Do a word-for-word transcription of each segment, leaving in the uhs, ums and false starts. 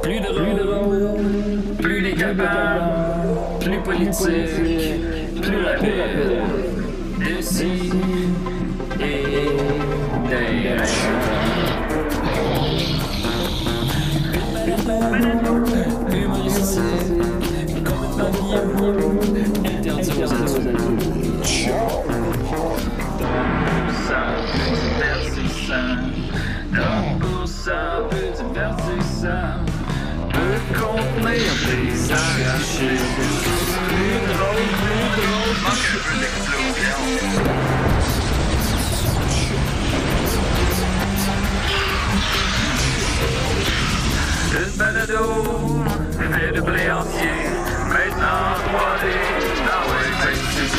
Plus drôle, plus décapable, plus politique, plus rapide. D'ici et d'ailleurs. Humoristique, complètement bien, interdit aux adultes. Ça peut divertissant, donc pour ça peut divertissant, peut contenir des arrachés. Plus drôle, plus drôle, manque un peu d'explosion. Une balado, fait de blé entier, maintenant trois D, dans ouais,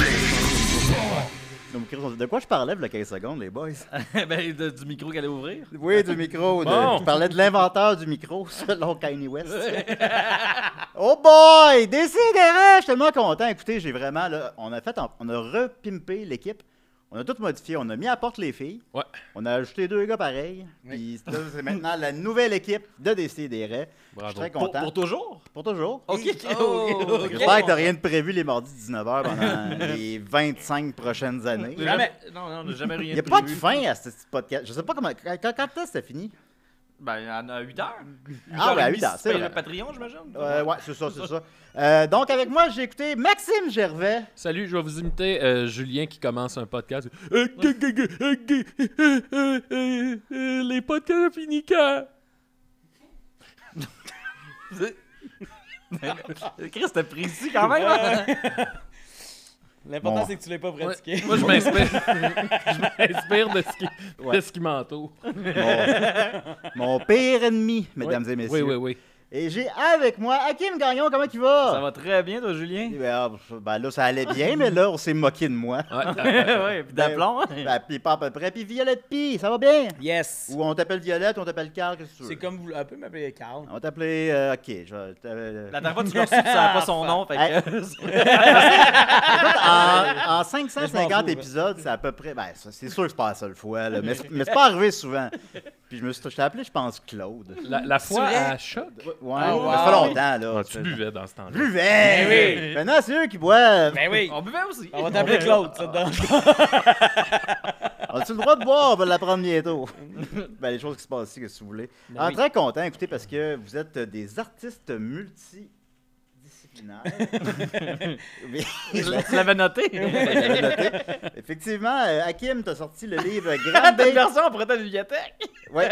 c'est De quoi je parlais il y a quinze secondes, les boys? ben, de, du micro qu'elle allait ouvrir. Oui, du micro. De, Bon. Je parlais de l'inventeur du micro, selon Kanye West. Oh boy! Décidérez! Je suis tellement content. Écoutez, j'ai vraiment... Là, on a fait... On a repimpé l'équipe. On a tout modifié. On a mis à porte les filles. Ouais. On a ajouté deux gars pareils. Puis là, c'est maintenant la nouvelle équipe de Décidérez. Je suis très Pour, content. pour toujours? Pour toujours. OK. Oh, OK, OK. J'espère que t'as rien de prévu les mardis dix-neuf heures pendant les vingt-cinq prochaines années. Jamais. Non, non, on n'a jamais rien Il n'y a de pas de prévu. fin à ce petit podcast. Je sais pas comment... Quand, quand, quand est-ce que ça finit? Ben, à huit heures. Ah, ben, à huit heures, c'est c'est vrai. le Patreon, j'imagine? Euh, ouais, c'est ça, c'est ça. Euh, donc, avec moi, j'ai écouté Maxime Gervais. Salut, je vais vous imiter euh, Julien qui commence un podcast. Euh, gu- gu- gu- euh, gu- euh, euh, euh, euh, les podcasts finis quand? Chris, c'était précis quand même. hein? L'important, Bon. c'est que tu l'aies pas pratiqué. Moi, je m'inspire, je m'inspire de ce qui, Ouais. de ce qui m'entoure. Mon, mon pire ennemi, mesdames Oui. et messieurs. Oui, oui, oui. Et j'ai avec moi Hakim Gagnon. Comment il va? Ça va très bien, toi, Julien? Eh Ben, ah, ben là, ça allait bien, mais là, on s'est moqué de moi. ouais, puis d'aplomb. hein? Ben, puis pas à peu près. Puis Violette Pie, ça va bien? Yes. Ou on t'appelle Violette, ou on t'appelle Carl, qu'est-ce que tu veux? C'est comme vous. Un peu m'appeler Carl. On va t'appeler... euh, OK, je vais... euh, La dernière fois que tu l'as reçu, tu savais pas son nom. Fait Hey. que... Écoute, en, en cinq cent cinquante fous, épisodes, c'est à peu près... Ben, ça, c'est sûr que c'est pas la seule fois, là, mais, c'est- mais c'est pas arrivé souvent. Puis je me suis... Je t'ai appelé, je pense, Claude. La, la fois vrai? à Choc, Ouais, Ah, mais wow. ça fait longtemps, là. ah, tu buvais dans ce temps-là. Buvez! Ben oui. Maintenant, c'est eux qui boivent. Ben oui. On buvait aussi. On va t'appeler Claude, ça te dérange pas. As-tu le droit de boire? On va l'apprendre bientôt. Ben, les choses qui se passent ici, que si vous voulez. Ah, oui. Très content, écoutez, parce que vous êtes des artistes multidisciplinaires. Oui. Tu l'avais noté? J'avais noté. Effectivement, euh, Hakim, t'as sorti le livre T'as Grande une Big... version après ta bibliothèque? Ouais.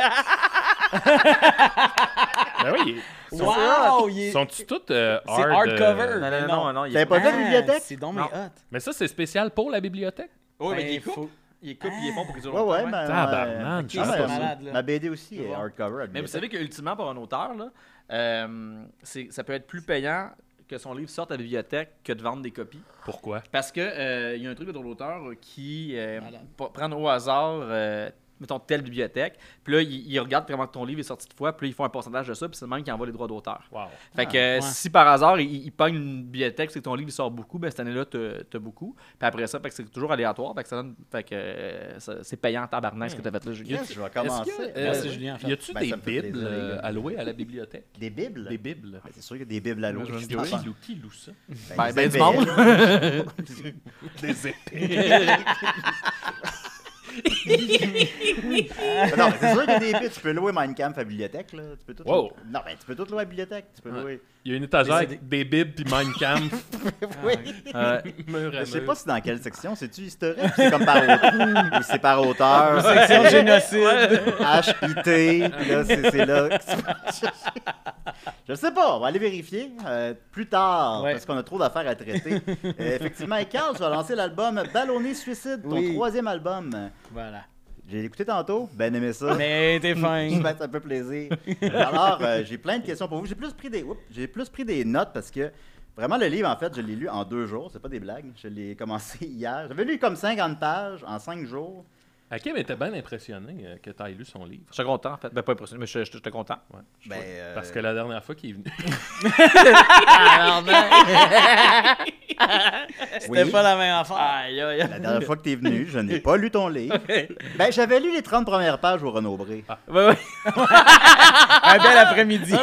Ben oui, Wow! il est- sont-ils tous euh, C'est hard, hardcover. euh, Non, non, non, non. il T'avais est pas vu la Ah, bibliothèque? C'est donc mes Non. hot. Mais ça, c'est spécial pour la bibliothèque? Oui, mais Ben, il coupe. faut- Il coupe, il est bon pour que tu Ouais, ouais, mais... Tabarnak, euh, je ah, sais mais, pas euh, malade, là. ma B D aussi est voir. hardcover. à Mais vous bibliothèque. savez qu'ultimement, pour un auteur, là, euh, c'est- ça peut être plus payant que son livre sorte à la bibliothèque que de vendre des copies. Pourquoi? Parce que euh, il y a un truc de l'auteur qui euh, Malade. p- prend au hasard, euh, mettons, telle bibliothèque, puis là, il, il regarde comment ton livre est sorti de fois, puis là, ils font un pourcentage de ça, puis c'est le même qui envoie les droits d'auteur. Wow. Fait que euh, ouais. si par hasard, il, il pogne une bibliothèque, c'est que ton livre il sort beaucoup, ben cette année-là, t'as t'as beaucoup. Puis après ça, fait que c'est toujours aléatoire, fait que, ça donne, fait que euh, ça- c'est payant en tabarnak ce que t'as fait là, Julien. Yes, je vais Est-ce commencer. que, euh, Merci, Julien, en fait. Y a-tu Ben, des ça me fait bibles plaisir, les euh, gars. allouées à la bibliothèque? Des bibles? Des bibles? Ben, c'est sûr qu'il y a des bibles à l'eau. Je me qui dis se oui. passent. Qui loue, qui loue ça? Ben, ben, les du monde. Des épées. Ben non, mais c'est sûr qu'il y a des bibles. Tu peux louer Mein Kampf à bibliothèque, là. Tu peux tout Wow. louer. Non, ben tu peux tout louer à bibliothèque. Tu peux Ouais. louer. Il y a une étagère Mais c'est avec des bibles puis Mein Kampf. Oui. Euh, mur à Je sais mur. pas si dans quelle section. C'est-tu historique ou c'est comme par auteur? Ou c'est par auteur? Section génocide. H I T. Puis là, c'est c'est là. que tu vas chercher. Je sais pas. On va aller vérifier euh, plus tard. Ouais. Parce qu'on a trop d'affaires à traiter. Euh, effectivement, et Carl, tu vas lancer l'album Ballonné Suicide, ton Oui. troisième album. Voilà. J'ai écouté tantôt. Ben aimé ça. Mais t'es fin. Ben, ça me fait plaisir. Alors, euh, j'ai plein de questions pour vous. J'ai plus pris des, oups, j'ai plus pris des notes parce que vraiment le livre, en fait, je l'ai lu en deux jours. C'est pas des blagues. Je l'ai commencé hier. J'avais lu comme cinquante pages en cinq jours. Hakim était bien impressionné euh, que tu aies lu son livre. J'étais content, en fait. Ben, pas impressionné, mais j'étais j'étais content. Ouais, je Ben, trouve. euh, Parce que la dernière fois qu'il est venu. C'était pas la même affaire. Aïe, aïe, aïe. La dernière fois que t'es venu, je n'ai pas lu ton livre. Ben, j'avais lu les trente premières pages au Renaud-Bré. Ouais, ouais. Un bel après-midi.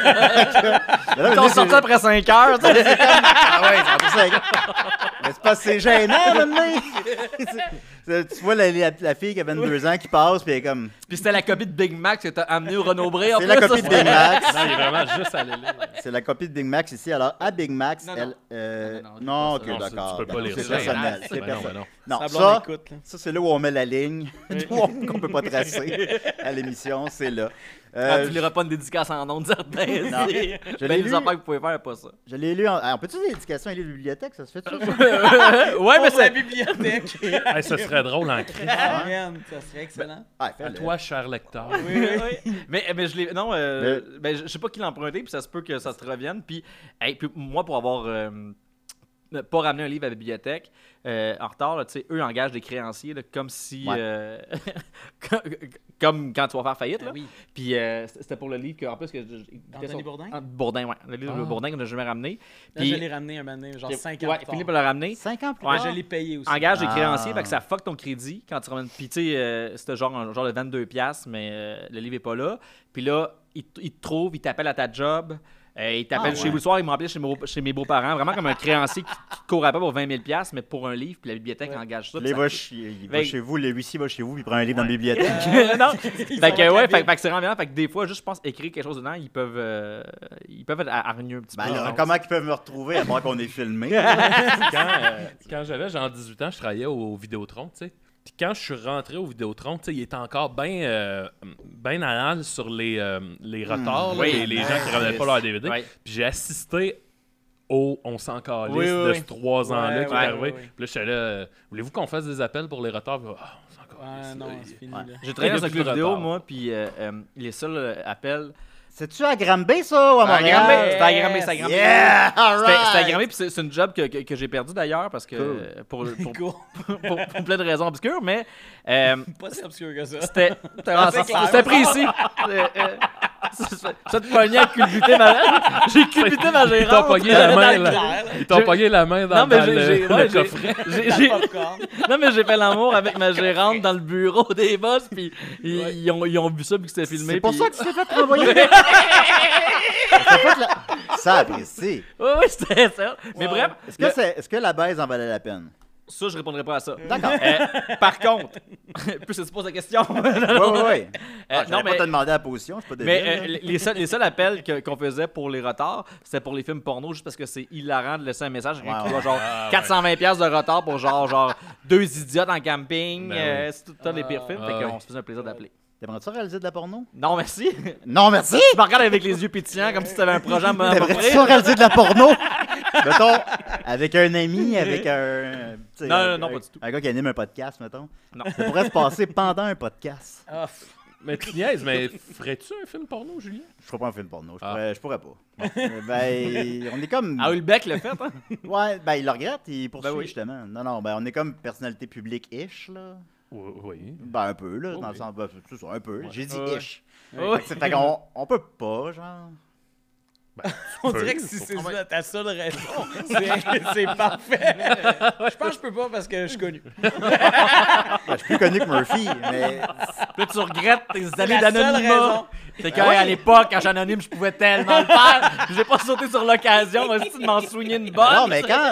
Ben, Ils ont sorti après cinq heures. tu sais. Ah ouais, ça a pris cinq ans. Mais c'est pas c'est gênant, maintenant. C'est- Tu vois la, la, la fille qui a vingt-deux ans qui passe, puis elle est comme... Puis c'était la copie de Big Mac que t'as amené au Renaud-Bré. en C'est la plus, copie ça, de Big Max. Non, il est vraiment juste à l'élire. C'est la copie de Big Max ici. Alors, à Big Max, Non, elle... non. euh, Non, non, non, non, ok, j'ai pas ça. d'accord. Non, tu peux pas d'accord. lire C'est ça. personnel. Ben C'est non, personnel. ben non. Non, Sa blonde ça, écoute, là. ça c'est là où on met la ligne, où on- qu'on peut pas tracer à l'émission, c'est là. Ah, Euh, tu liras pas une dédicace en nom de certains. Non. c'est- Je Ben, l'ai les lu. affaires que vous pouvez faire, pas ça. Je l'ai lu en... Ah, on peut-tu dire l'éducation et les bibliothèques, ça se fait-tu? ça? ouais, mais Pour la c'est. bibliothèque. Hey, ça serait drôle en cri. Ah, man, ça serait excellent. Ah, À fais-le. toi, cher lecteur. Oui, oui. mais, mais je l'ai. Non, euh, ben, je je sais pas qui l'a emprunté, puis ça se peut que ça te revienne. Puis, hey, puis moi, pour avoir. euh, pas ramené un livre à la bibliothèque euh, en retard, là, tu sais, eux engagent des créanciers là, comme si. Ouais. euh, comme, comme quand tu vas faire faillite. Là. Ah oui. Puis euh, c'était pour le livre que, en plus, que. je- il était Anthony sur- Bourdin? Ah, Bourdin, ouais. Le livre de Ah. Bourdin qu'on n'a jamais ramené. Là, Puis- je l'ai ramené un moment donné, genre cinq ans Ouais, plus tard. Philippe l'a ramené. Cinq ans plus Ouais. Mais tard. je l'ai payé aussi. Engage des Ah. créanciers, fait que ça fuck ton crédit quand tu ramènes. Puis tu sais, euh, c'était genre un genre de vingt-deux piastres, mais euh, le livre est pas là. Puis là, il, t- il te trouve, il t'appelle à ta job. Euh, il t'appelle Ah, chez ouais. vous le soir, il m'appelle chez, mes beaux- chez mes beaux-parents, vraiment comme un créancier qui, qui te court après pour vingt mille piastres, mais pour un livre, puis la bibliothèque Ouais. engage ça. Là, puis il ça- va, chez, il va Ben- chez vous, le huissier va chez vous, puis il prend un livre dans la bibliothèque. non. Ils Fait sont que, ouais, capables. fait, fait que c'est vraiment bien. Fait que des fois, juste, je pense, écrire quelque chose dedans, ils peuvent, euh, ils peuvent être hargneux un petit Ben peu. là, je pense. comment ils peuvent me retrouver à part qu'on est filmé? quand euh, quand j'avais genre dix-huit ans, je travaillais au Vidéotron, tu sais. Puis quand je suis rentré au Vidéotron, tu sais, il était encore bien euh, ben à l'aise sur les, euh, les retards, là, oui, les, les gens qui ramenaient pas leur D V D. Ouais. Puis j'ai assisté au On s'en calisse Oui, oui, de oui. ces trois ans-là Ouais, qui ouais, est arrivé. ouais, ouais. Puis là, j'étais là, euh, voulez-vous qu'on fasse des appels pour les retards? Puis, ah, on s'en calisse. Ouais, non, là, c'est il- fini. Ouais. Là. J'ai travaillé dans un Il y a club plus de vidéo, retard. moi, puis euh, euh, les seuls euh, appels. C'est-tu à Granby, ça, ou à C'était à Montréal? Granby, c'était à Granby, c'était à Granby. Yeah! C'était Alright! c'était à Granby, puis c'est c'est une job que, que, que j'ai perdu d'ailleurs parce que Cool. euh, pour, pour, Cool. pour, pour plein de raisons obscures, mais euh, Pas si obscur que ça. c'était Ah, c'est clair. c'était précis. Euh, euh, Ça ça te pognait à culbuter ma J'ai culbuté ma Ils t'ont gérante. pogné la main, Dans le là. clair, là. Ils t'ont J'ai- pogné la main dans, Non, mais dans j'ai- le, j'ai- le ouais, j'ai- coffret. j'ai- Dans j'ai- le popcorn. Non, mais j'ai fait l'amour avec ma gérante dans le bureau des boss, puis ils, ils ont, ils ont vu ça, puis que c'était filmé. C'est pour puis- ça que tu t'es fait renvoyer. Ça fait la- Ça apprécie. Oui, oui, c'était ça. Mais Wow. bref, Est-ce que, c'est- est-ce que la baise en valait la peine? ça, je répondrai pas à ça. D'accord. Euh, par contre, plus ça se pose la question. Oui, oui, oui. Euh, non, non, mais... mais, pas te demander la position, je suis pas mais débile, euh, là. les, seuls, les seuls appels que- qu'on faisait pour les retards, c'était pour les films porno, juste parce que c'est hilarant de laisser un message à quelqu'un Ouais, qui ouais. doit genre Ah, ouais. quatre cent vingt piastres de retard pour genre, genre deux idiotes en camping. Ben euh, oui. c'est tout le temps les pires films, Ah, fait ouais. qu'on se faisait un plaisir d'appeler. T'aimerais-tu réaliser de la porno? Non, merci. Non, merci! Tu me regardes avec les yeux pétillants comme si tu avais un projet à me T'aimerais-tu m'offrir. ça réaliser de la porno? Mettons, avec un ami, avec un... tu sais, Non, un- non, non, un- pas du tout. Un gars qui anime un podcast, mettons. Non. Ça pourrait se passer pendant un podcast. Ah, pff. Mais tu niaises, mais ferais-tu un film porno, Julien? Je ferais pas un film porno, je Ah. pourrais, je pourrais pas. Euh, ben, on est comme... Ah, Hulbeck l'a fait, hein? Ouais, ben il le regrette, il poursuit Ben oui. justement. Non, non, ben on est comme personnalité publique-ish, là. Oui. oui. Ben un peu, là, Oh, dans le oui. sens... Ben, c'est ça, un peu. J'ai dit Ouais. ish. Ouais. Fait que c'est- fait qu'on on peut pas, genre... On Peux. dirait que si c'est Faut- ça ta seule raison, c'est c'est parfait. Je pense que je peux pas parce que je suis connu. Ben, je suis plus connu que Murphy, mais... Puis là, tu regrettes tes C'est années la seule d'anonymat. raison. C'est qu'à à l'époque, quand j'étais anonyme, je pouvais tellement le faire. J'ai pas sauté sur l'occasion, aussi de m'en soigner une bonne. Non, mais quand...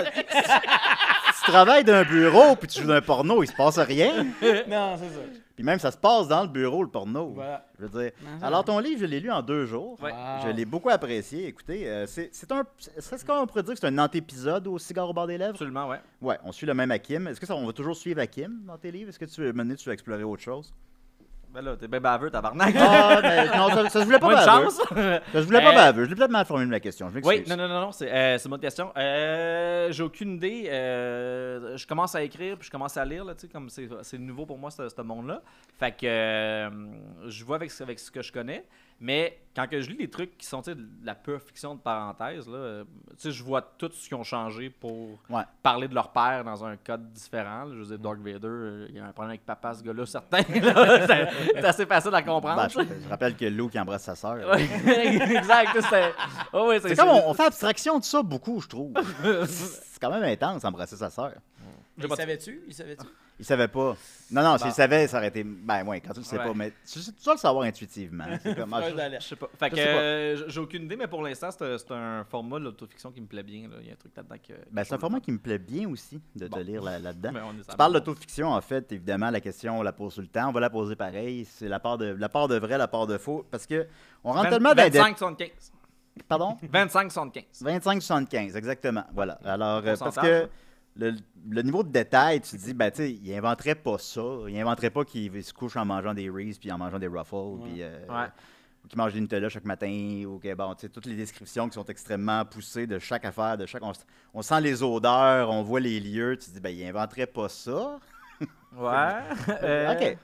tu travailles d'un bureau puis tu joues d'un porno, il se passe rien. Non, c'est ça. Puis même, ça se passe dans le bureau, le porno. Voilà. Je veux dire. Non, ça Alors, va. ton livre, je l'ai lu en deux jours. Ouais. Wow. Je l'ai beaucoup apprécié. Écoutez, euh, c'est c'est un. C'est ce qu'on pourrait dire que c'est un antépisode au Cigare au bord des lèvres? Absolument, ouais. Ouais, on suit le même Hakim. Est-ce que ça, on va toujours suivre Hakim dans tes livres? Est-ce que tu veux mener, tu veux explorer autre chose? Ben là, t'es bien baveux, tabarnak. Ah, mais non, ça, ça se voulait pas Moins de baveux. chance. Ça se voulait pas Euh, baveux. Je l'ai peut-être mal formulé ma question. Je Oui, m'excuse. non, non, non, non, c'est euh, c'est une bonne question. Euh, J'ai aucune idée. Euh, je commence à écrire, puis je commence à lire, là, tu sais, comme c'est c'est nouveau pour moi, ce, ce monde-là. Fait que euh, je vois avec, ce- avec ce que je connais. Mais quand que je lis des trucs qui sont, tu sais, de la pure fiction de parenthèse, là, euh, tu sais, je vois tout ce qu'ils ont changé pour Ouais. parler de leur père dans un code différent. là. Je veux dire, Dark Vader, euh, il y a un problème avec papa, ce gars-là, certain. là. C'est c'est assez facile à comprendre. Ben, je, je rappelle que Lou qui embrasse sa sœur. Ouais, exact. C'est oh, ouais, C'est comme on, on fait abstraction de ça beaucoup, je trouve. c'est quand même intense embrasser sa sœur. Il savait-tu? Il savait-tu? Il savait pas. Non, non, Bon. s'il savait, ça aurait été. Ben, ouais, quand tu le sais Ouais. pas, mais tu, tu dois le savoir intuitivement. C'est comme. ah, Ouais, je- d'aller. Je sais pas. Fait Je que sais pas. euh, j'ai aucune idée, mais pour l'instant, c'est c'est un format de l'autofiction qui me plaît bien. là. Il y a un truc là-dedans que. Ben, c'est un format qui me plaît bien aussi de te Bon. lire là- là-dedans. Mais on est Tu sur parles la- d'autofiction, en fait, évidemment, la question, on la pose tout le temps. On va la poser pareil. C'est la part de, la part de vrai, la part de faux. Parce que on rentre vingt- tellement dans les dé- vingt-cinq soixante-quinze. Pardon? vingt-cinq soixante-quinze. vingt-cinq soixante-quinze, exactement. Voilà. Alors, euh, parce Pourcentage. que le, le niveau de détail, tu te dis, ben, tu sais, il inventerait pas ça. Il inventerait pas qu'il se couche en mangeant des Reese puis en mangeant des Ruffles. Puis, euh, Ouais. ou qu'il mange des Nutella chaque matin. Ou que, bon, tu sais, toutes les descriptions qui sont extrêmement poussées de chaque affaire, de chaque. On, s- on sent les odeurs, on voit les lieux. Tu te dis, ben, il inventerait pas ça. Ouais. Euh, OK.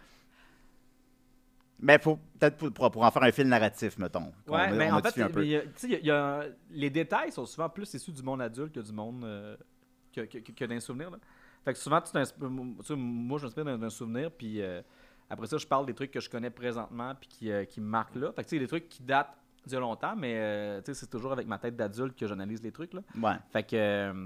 Mais faut peut-être pour, pour- pour en faire un fil narratif, mettons. qu'on- Ouais, on mais en modifie fait, un peu. il y a- tu sais, il y a- il y a- les détails sont souvent plus issus du monde adulte que du monde euh, que, que, que- que d'un souvenir. Là. Fait que souvent, tu t'ins- tu sais, moi, je m'inspire d'un, d'un souvenir, puis euh, après ça, je parle des trucs que je connais présentement, puis qui, euh, qui me marquent là. Fait que tu sais, des trucs qui datent d'il y a longtemps, mais euh, tu sais, c'est toujours avec ma tête d'adulte que j'analyse les trucs. Là. Ouais. Fait que, euh,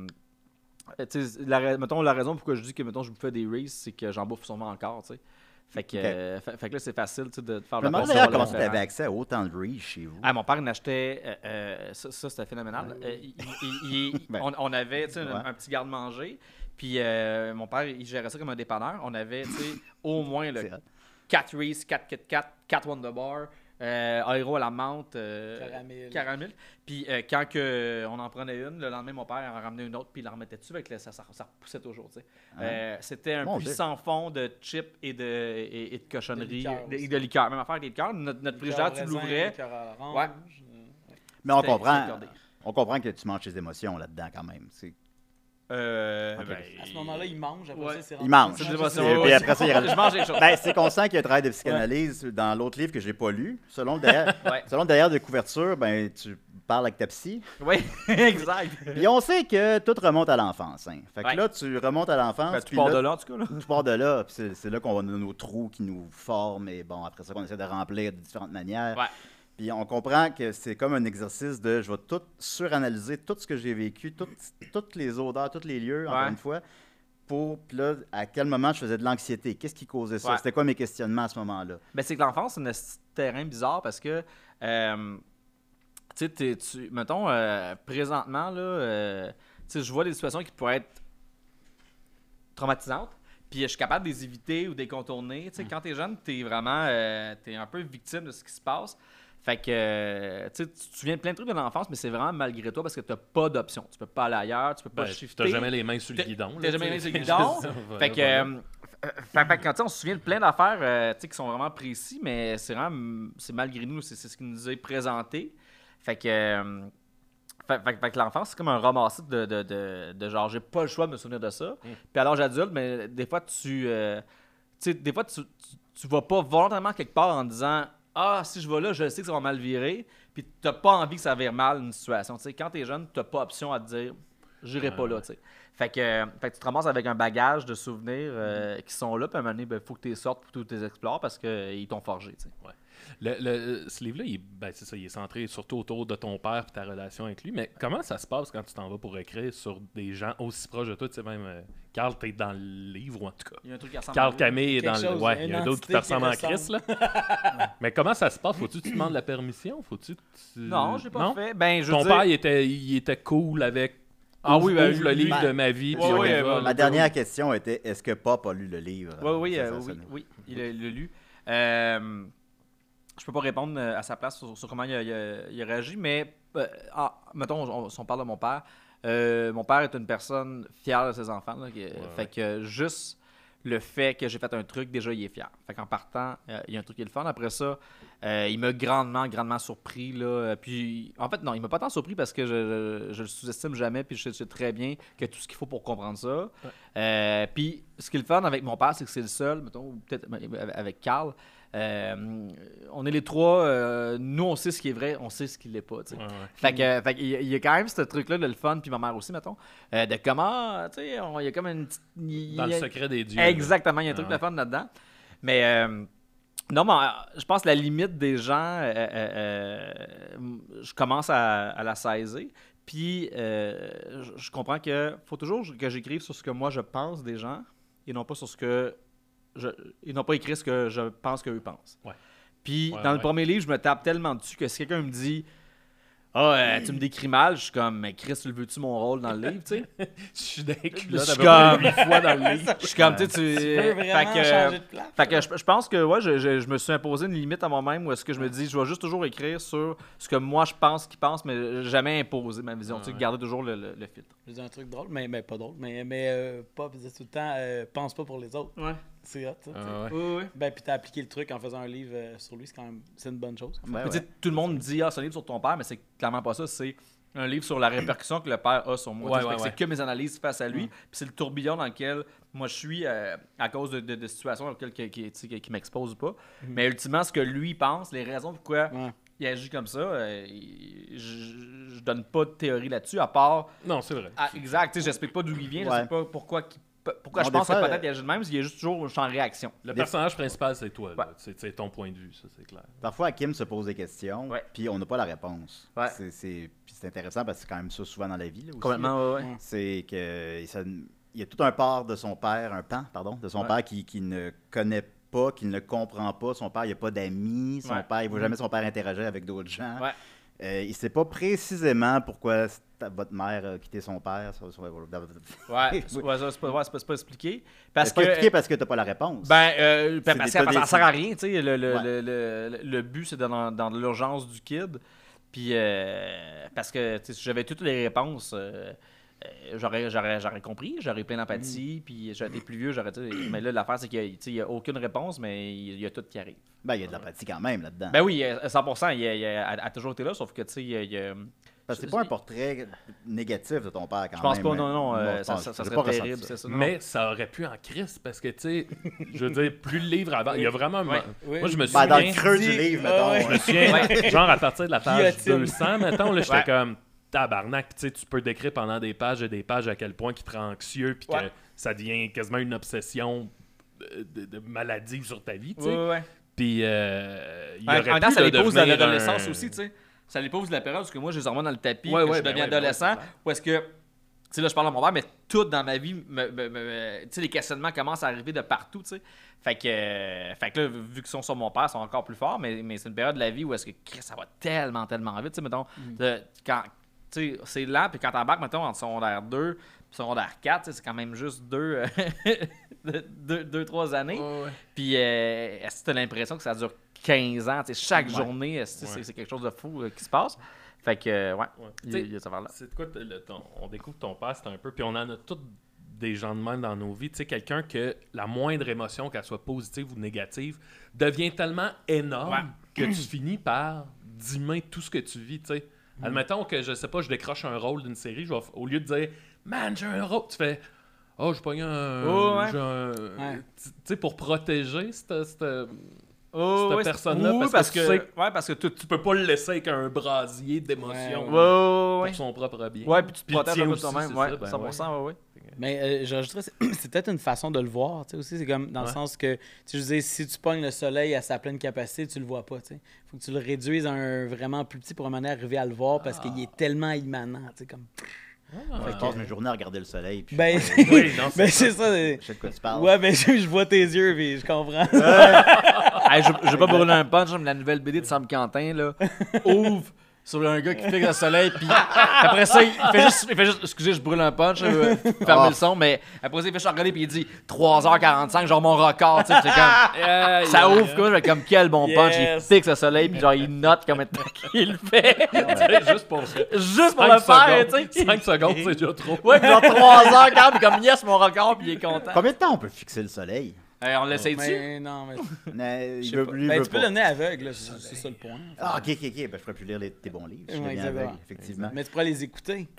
tu sais, la, ra- mettons, la raison pourquoi je dis que mettons, je bouffais des Reese, c'est que j'en bouffe sûrement encore, tu sais. Fait que, Ok. euh, fait, fait que là, c'est facile tu sais, de, de faire Je me le demande pont d'ailleurs sur comment le tu avais référent. accès à autant de Reese chez vous. Ah, mon père, il en achetait. euh, euh, ça, ça, c'était phénoménal. Euh, il- il- il- Ben, on, on avait tu sais, un, ouais. un petit garde-manger. Puis euh, mon père, il gérait ça comme un dépanneur. On avait tu sais, au moins C'est hot. quatre Reese, quatre Kit Kat, quatre Wonder Bar, euh, Aero à la menthe, euh, Caramel. caramel. Puis euh, quand que, on en prenait une, le lendemain, mon père en ramenait une autre, puis il la remettait dessus. Avec ça, ça, ça repoussait toujours. tu sais. Euh, c'était un Mon puits Dieu. sans fond de chips et de, et, et de cochonneries. De liqueur de, aussi. de liqueur. Même affaire avec les liqueurs. Notre, notre frigidaire, tu l'ouvrais. Ouais. Mais on C'était- comprend, c'était accordé. on comprend que tu manges tes émotions là-dedans quand même. C'est- Euh, Ok. ben, À ce moment-là, il mange. Après Ouais. ça, c'est Il rendu- mange. C'est Et des émotions. puis Ouais, après ça, il je mange des choses. Ben, c'est conscient qu'il y a un travail de psychanalyse dans l'autre livre que j'ai pas lu. Selon le derrière, Ouais. selon le derrière de couverture, ben, tu parles avec ta psy. Oui, exact. Puis on sait que tout remonte à l'enfance. Hein. Fait que Ouais. là, tu remontes à l'enfance. Ben, tu puis pars là, de là, en tout cas. Là. tu pars de là, puis c'est, c'est là qu'on a nos trous qui nous forment, et bon, après ça, qu'on essaie de remplir de différentes manières. Ouais. Puis on comprend que c'est comme un exercice de je vais tout suranalyser, tout ce que j'ai vécu, tout- toutes les odeurs, tous les lieux, encore Ouais. une fois, pour, puis là, à quel moment je faisais de l'anxiété, qu'est-ce qui causait ça, Ouais. c'était quoi mes questionnements à ce moment-là. Ben, c'est que l'enfance, c'est un esti de terrain bizarre parce que, euh, tu sais, t'es- tu, mettons, euh, présentement, là, euh, tu sais, je vois des situations qui pourraient être traumatisantes, puis je suis capable de les éviter ou de les contourner. Tu sais, quand t'es jeune, t'es vraiment, euh, t'es un peu victime de ce qui se passe. Fait que, euh, tu sais, tu te souviens de plein de trucs de l'enfance, mais c'est vraiment malgré toi parce que t'as pas d'option. Tu peux pas aller ailleurs, tu peux pas Ben, shifter. t'as jamais les mains sur le T'as- guidon. T'as là, jamais les mains tu sur sais. le guidon. Voilà, Fait que, voilà. euh, euh, fait, fait que quand tu sais, on se souvient de plein d'affaires euh, tu sais, qui sont vraiment précis, mais c'est vraiment, c'est malgré nous, c'est c'est ce qui nous est présenté. Fait que, euh, fait, fait- fait que l'enfance, c'est comme un ramassé de, de, de, de genre, j'ai pas le choix de me souvenir de ça. Puis à l'âge adulte, mais des fois, tu, euh, tu sais, des fois, tu, tu, tu vas pas volontairement quelque part en disant, ah, si je vais là, je sais que ça va mal virer. Puis t'as pas envie que ça vire mal une situation. Tu sais, quand t'es jeune, t'as pas option à te dire, j'irai pas là, tu sais. Fait que, euh, fait que tu te ramasses avec un bagage de souvenirs euh, qui sont là, puis à un moment donné, il faut que tu les sortes pour que tu les explores parce qu'ils t'ont forgé, tu sais. Le, le- ce livre-là, il, est- ben, c'est ça, il est centré surtout autour de ton père et ta relation avec lui. Mais comment ça se passe quand tu t'en vas pour écrire sur des gens aussi proches de toi? Tu sais, même, euh, Carl, t'es dans le livre ou en tout cas. Il y a un truc qui ressemble Carl à Camille est Quelque dans le. chose, Ouais, il y a une d'autres qui entité ressemblent qui en Chris, là. Mais comment ça se passe? Faut-tu que tu demandes la permission? Faut-tu que tu... Non, j'ai pas Non? fait. Ben, je veux Ton dire- père, il était, il était cool avec. Ah oui, ben, ouvre le lui- livre ben, de ma vie. ouais, puis on ouais, y va, euh, là. Ma dernière question était est-ce que Pop a lu le livre? Oui, oui, Ça, euh, ça oui, sonne. oui, il a- il l'a lu. Euh, je peux pas répondre euh, à sa place sur, sur comment il a, il a- il a réagi, mais euh, ah, mettons, on, si on parle de mon père, euh, mon père est une personne fière de ses enfants. Là, qui- fait ouais. que juste le fait que j'ai fait un truc, déjà, il est fier. Fait qu'en partant, euh, il y a un truc qui est le fun. Après ça, euh, il m'a grandement, grandement surpris. Là. Euh, Puis, en fait, non, il m'a pas tant surpris parce que je, je, je le sous-estime jamais. Puis, je sais très bien que tout ce qu'il faut pour comprendre ça. Euh, puis, ce qui est le fun avec mon père, c'est que c'est le seul, mettons, ou peut-être avec Carl. euh, on est les trois. euh, nous, on sait ce qui est vrai, on sait ce qui l'est pas. tu sais. Ouais, ouais. Fait que, fait que il y a- il y a quand même ce truc-là de le fun, puis ma mère aussi, mettons, euh, de comment, tu sais, on- il y a comme une petite. il y Dans le a- secret des dieux. Exactement, il y a un Ah truc ouais. de fun là-dedans. Mais euh, non, mais euh, je pense que la limite des gens, euh, euh, euh, je commence à, à la saisir. Puis, euh, je- je comprends que faut toujours que j'écrive sur ce que moi je pense des gens et non pas sur ce que je. Et non pas écrire ce que je pense qu'eux pensent. Ouais. Puis, Ouais, dans le ouais. premier livre, je me tape tellement dessus que si quelqu'un me dit ah, euh, tu me décris mal, je suis comme, mais Chris, tu le veux-tu mon rôle dans le livre, tu sais? Je suis dans les Je culottes suis à peu près comme- huit fois dans le livre. Je suis comme, tu sais, tu. Tu peux vraiment Fait que, changer de place. fait que je, je pense que ouais, je, je- je me suis imposé une limite à moi-même où est-ce que je me dis, je vais juste toujours écrire sur ce que moi je pense qu'ils pensent, mais jamais imposer ma vision. Tu sais, Ouais. garder toujours le, le- le filtre. Je dis un truc drôle, mais, mais pas drôle. Mais, mais euh, pas dire tout le temps, euh, pense pas pour les autres. Ouais. C'est hot, ça. tu sais. Ah ouais. Oui, oui. Ben, puis t'as appliqué le truc en faisant un livre euh, sur lui, c'est quand même c'est une bonne chose. Ouais, Mais ouais. tu sais, tout le monde dit, ah, c'est un livre sur ton père, mais c'est clairement pas ça. C'est un livre sur la répercussion que le père a sur moi. Ouais, Tu sais, ouais, fait que ouais. C'est que mes analyses face à lui. Puis c'est le tourbillon dans lequel moi je suis euh, à cause de, de, de situations auxquelles qui, qui, tu sais, qui, qui m'exposent ou pas. Mais ultimement, ce que lui pense, les raisons pourquoi Ouais. il agit comme ça, euh, il- je, je donne pas de théorie là-dessus, à part. Non, c'est vrai. Ah, exact, tu sais, j'explique pas d'où il vient, je Ouais. sais pas pourquoi, qu'il- pourquoi Non, je des pense fois, que peut-être euh, il agit de même, il y a juste toujours je suis en réaction. Le Des- personnage principal, c'est toi. là. Ouais. C'est c'est ton point de vue, ça, c'est clair. Parfois, Kim se pose des questions, Ouais. puis on n'a pas la réponse. Ouais. C'est, c'est, puis c'est intéressant parce que c'est quand même ça souvent dans la vie. Là, aussi, là. Complètement, ouais, ouais. C'est que ça- il y a tout un part de son père, un pan, pardon, de son Ouais. père qui, qui ne connaît pas, qui ne le comprend pas. Son père, il n'a pas d'amis. Son Ouais. père, il ne voit jamais son père interagir avec d'autres gens. Ouais. Euh, il ne sait pas précisément pourquoi c'est- votre mère a quitté son père. Ça, ça- Ouais, Oui. c'est ouais, ça, c'est pas, ouais, c'est pas, c'est pas expliqué. Parce C'est pas que. expliqué parce que tu n'as pas la réponse. Ben, euh, C'est parce des- que t'as ça des- sert à rien, tu sais. Le, le, Ouais. le, le, le but, c'est dans, dans l'urgence du kid. Puis, euh, parce que tu sais, si j'avais toutes les réponses, euh, euh, j'aurais, j'aurais, j'aurais compris, j'aurais plein Mm. d'empathie, puis j'aurais été plus vieux, j'aurais. tu sais, Mais là, l'affaire, c'est qu'il n'y a, a aucune réponse, mais il il y a tout qui arrive. Ben, il y a de l'empathie quand même là-dedans. Ben oui, euh, cent pour cent, il, a- il a, elle a toujours été là, sauf que, tu sais, il y a- il y a- Parce que c'est pas un portrait négatif de ton père quand Je pense même. pas, non, non, Moi, euh, je ça, pense- ça, ça j'ai serait pas ressenti terrible, ça. c'est ça. non. Mais ça aurait pu en crise parce que, tu sais, je veux dire, plus le livre avant, il y a vraiment. un mo- Ouais. Oui. Moi, je me Ben, dans le souviens. creux du dit- livre, Ah mettons. ouais. Je me souviens, genre à partir de la page Guillotine. deux cents, mettons, là, j'étais Ouais. comme tabarnak. Puis tu sais, tu peux décrire pendant des pages et des pages à quel point qui te rend anxieux, puis que Ouais. ça devient quasiment une obsession de, de- de maladie sur ta vie, tu sais. Ouais, ouais, ouais. Puis euh, il En aurait même temps, pu ça là, les pose de devenir l'adolescence un- aussi, tu sais. Ça les pose de la période, parce que moi, j'ai les hormones dans le tapis, Ouais, que ouais, je ben deviens ouais, ben adolescent, ouais, c'est clair. ou est-ce que, tu sais, là, je parle à mon père, mais tout dans ma vie, me, me- me- tu sais, les questionnements commencent à arriver de partout, tu sais. Fait que, euh, fait que là, vu qu'ils sont sur mon père, ils sont encore plus forts, mais, mais c'est une période de la vie où est-ce que, Christ, ça va tellement, tellement vite, tu sais, mettons, de- quand, tu sais, c'est lent, puis quand t'embarques, mettons, en secondaire deux, puis secondaire quatre, tu sais, c'est quand même juste deux, euh, deux, deux, trois années. Ouais, ouais. Puis, euh, est-ce que tu as l'impression que ça dure quinze ans? Tu sais, chaque Ouais. journée, est-ce que Ouais. c'est, c'est quelque chose de fou euh, qui se passe? Fait que, euh, ouais, Ouais. il y a, il y a cette affaire-là. C'est de quoi t- le- ton- on découvre ton père, c'est un peu. Puis on en a tous des gens de même dans nos vies. Tu sais, quelqu'un que la moindre émotion, qu'elle soit positive ou négative, devient tellement énorme Ouais. que tu finis par dimer tout ce que tu vis. Tu sais. Admettons que je sais pas, je décroche un rôle d'une série, je vais f- au lieu de dire Man, j'ai un rôle, tu fais Oh, je pogne un. Oh, ouais. j'ai un- Ouais. Tu tu sais, pour protéger cette. cette- Oh, cette ouais, c'est- personne-là, oui, parce, parce que, que, tu sais ouais, parce que tu, tu peux pas le laisser avec un brasier d'émotions Ouais, ouais, ouais, ouais. pour son propre bien. Ouais, puis tu te Puis le protèges un tien peu de aussi, toi-même. c'est Ouais, ça, ben cent pour cent, ouais, ouais. Mais euh, j'ajouterais, c'est c'est peut-être une façon de le voir, tu sais, aussi. C'est comme dans le Ouais. sens que, tu sais, je veux dire, si tu pognes le soleil à sa pleine capacité, tu le vois pas, tu sais. Faut que tu le réduises à un vraiment plus petit pour un moment arriver à le voir parce qu'il est tellement immanent, tu sais, comme... Je passe mes journées à regarder le soleil. Puis Ben, Oui, non, c'est ben c'est ça. euh, je sais de quoi tu parles. Ouais, ben je, je vois tes yeux, puis je comprends. Hey, je, je vais pas brûler un punch, mais la nouvelle B D de Sam Quentin, là, ouvre sur un gars qui fixe le soleil, puis après ça, il fait juste, il fait juste excusez, je brûle un punch, euh, fermez Ah. le son, mais après ça, il fait juste regarder, puis il dit trois heures quarante-cinq, genre mon record, tu sais, puis c'est comme, ça ouvre, quoi, j'ai comme quel bon punch, il Yes. fixe le soleil, puis genre, il note combien de temps qu'il le fait, Ouais, juste pour ça. juste pour Cinq le faire, secondes. tu sais. cinq secondes, c'est déjà trop. Ouais, puis genre trois heures quarante, puis comme yes, mon record, puis il est content. Combien de temps on peut fixer le soleil? Hey, on l'essaye dessus? Mais non, mais... Mais je il sais veut, pas. lui, il Ben, veut tu peux pas. le donner aveugle, là, c'est c'est ça le point. Ah, ok, ok, ok. Ben, je ferais plus lire les- tes bons livres. Je Ouais, serais bien exactement. aveugle, effectivement. Mais tu pourrais les écouter.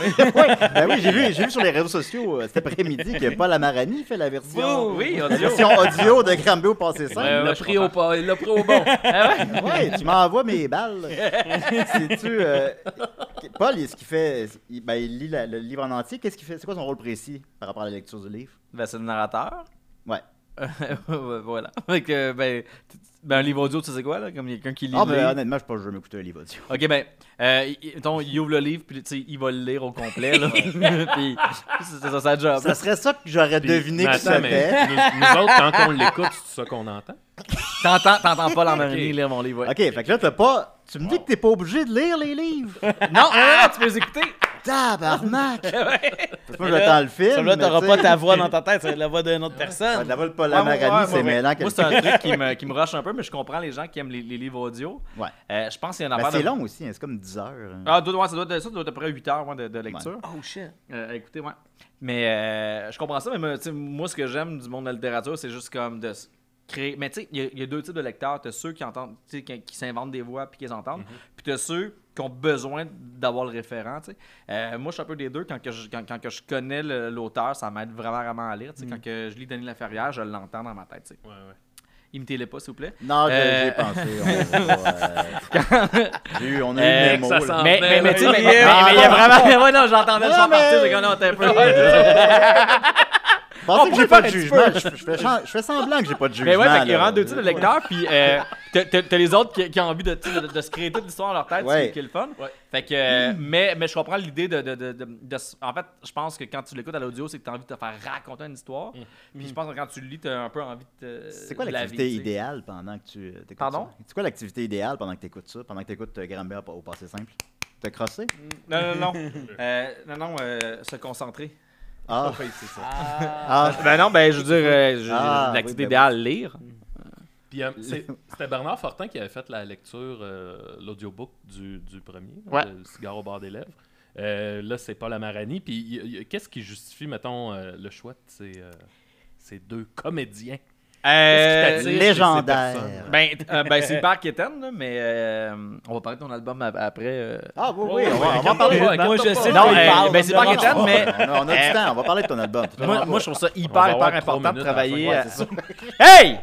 Ben oui, j'ai vu, j'ai vu sur les réseaux sociaux euh, cet après-midi que Paul Amarani fait la version, Oui, la audio. version audio de Granby au passé Ouais, simple. Il ouais, l'a je pris au comprends. pas, il l'a pris au bon. Ouais, tu m'envoies mes balles. Sais-tu, euh, Paul, est-ce qu'il fait, il, ben, il lit la- le livre en entier. Qu'est-ce qu'il fait? C'est quoi son rôle précis par rapport à la lecture du livre? Ben, c'est le narrateur. Ouais. voilà. Fait que, ben, t- Ben, un livre audio, tu sais c'est quoi, là? Comme quelqu'un qui lit. Ah, le ben livre. honnêtement, je pense que je vais m'écouter un livre audio. Ok, ben, euh, il, mettons, il ouvre le livre, puis tu sais, il va le lire au complet, là. Puis, c'est ça, sa job. Ça serait ça que j'aurais Puis, deviné mais que ça attends, mais fait. nous, nous autres, quand on l'écoute, c'est ça qu'on entend? T'entends, t'entends pas l'Amarini Ok. lire mon livre, ouais. Ok, fait que là, t'as pas. Tu me dis que t'es pas obligé de lire les livres. Non, non, non, tu peux les écouter. Tabarnak! Parce que moi, Mais j'attends là, le film. Ça, là, mais t'auras tu pas sais, ta voix dans ta tête, ça va être la voix d'une autre ouais, personne. de la voix de Paul Ouais, moi, Lamarani, ouais, c'est moi, mêlant. Moi, c'est un truc qui me, qui me rush un peu, mais je comprends les gens qui aiment les, les livres audio. Ouais. Euh, je pense qu'il y a une Mais affaire c'est de... long aussi, hein, c'est comme dix heures. hein. Ah, doit- ouais, ça, doit être, ça doit être à peu près huit heures ouais, de, de lecture. Oh shit. Euh, écoutez, ouais. Mais euh, je comprends ça, mais moi, tu sais, moi, ce que j'aime du monde de la littérature, c'est juste comme de s- créer. Mais tu sais, il y, a- il y a deux types de lecteurs. Tu as ceux qui entendent, tu sais, qui, qui s'inventent des voix puis qui les entendent. Puis tu as ceux qui ont besoin d'avoir le référent, tu sais. Euh, moi, je suis un peu des deux. Quand, que je, quand, quand que je connais le- l'auteur, ça m'aide vraiment, vraiment à lire. tu sais. Quand que je lis Denis Laferrière, je l'entends dans ma tête. tu sais. Ouais, ouais. Imitez-les pas, s'il vous plaît. Non, j'ai Euh, j'ai pensé. On, va, euh, j'ai eu- on a eu Euh, le mémo. ça là. sent- Mais, mais, mais, tu sais, mais, oui, mais- oui. mais il y a vraiment. Ouais, non, j'entendais le Non, chant mais- partir, j'ai comme non, t'es un peu. Je pensais On que j'ai pourrait pas de faire un jugement. petit Je, je fais, chan- je fais semblant que j'ai pas de jugement. Mais ouais, fait qu'il y a là. vraiment deux types de lecteurs, puis euh, t'as- t'as t'as les autres qui, qui ont envie de, tu sais, de, de se créer toute l'histoire dans leur tête, Ouais. c'est qui est le fun. Ouais. Fait que, euh, mais, mais je comprends l'idée de, de, de, de, de s- En fait, je pense que quand tu l'écoutes à l'audio, c'est que t'as envie de te faire raconter une histoire. Puis je pense que quand tu le lis, t'as un peu envie de te. C'est quoi de la l'activité vie, tu sais. idéale pendant que tu euh, t'écoutes Pardon? ça? C'est quoi l'activité idéale pendant que tu écoutes ça? Pendant que tu écoutes Granbert au passé simple? Te crosser? Non, non, non. Euh, non, non, euh, se concentrer. Ah, Oui, c'est ça. ah, Ben non, ben je veux dire, euh, je- Ah, l'activité oui, ben idéale, lire. Puis euh, c'est- c'était Bernard Fortin qui avait fait la lecture, euh, l'audiobook du, du premier, Ouais. le Cigare au bord des lèvres. Euh, là, c'est Paul Lamarani. Puis il y a- il y a- qu'est-ce qui justifie, mettons, euh, le choix de ces, euh, ces deux comédiens? Euh, Qu'est-ce qui t'attire chez ces légendaire. personnes? ben, euh, ben c'est hyper quétaine, là, mais euh, on va parler de ton album ap- après. euh. ah oui, oui, Ouais, on va, on va regarde parler. pas, Moi, je regarde sais pas. Non, de quoi il euh, parle. ben, c'est pas vraiment. quétaine, mais On a, on a du Euh, temps, on va parler de ton album. moi, moi, je trouve ça On va hyper, avoir hyper trois important de minutes à la fin. travailler. Ouais, à- c'est ça. Hey!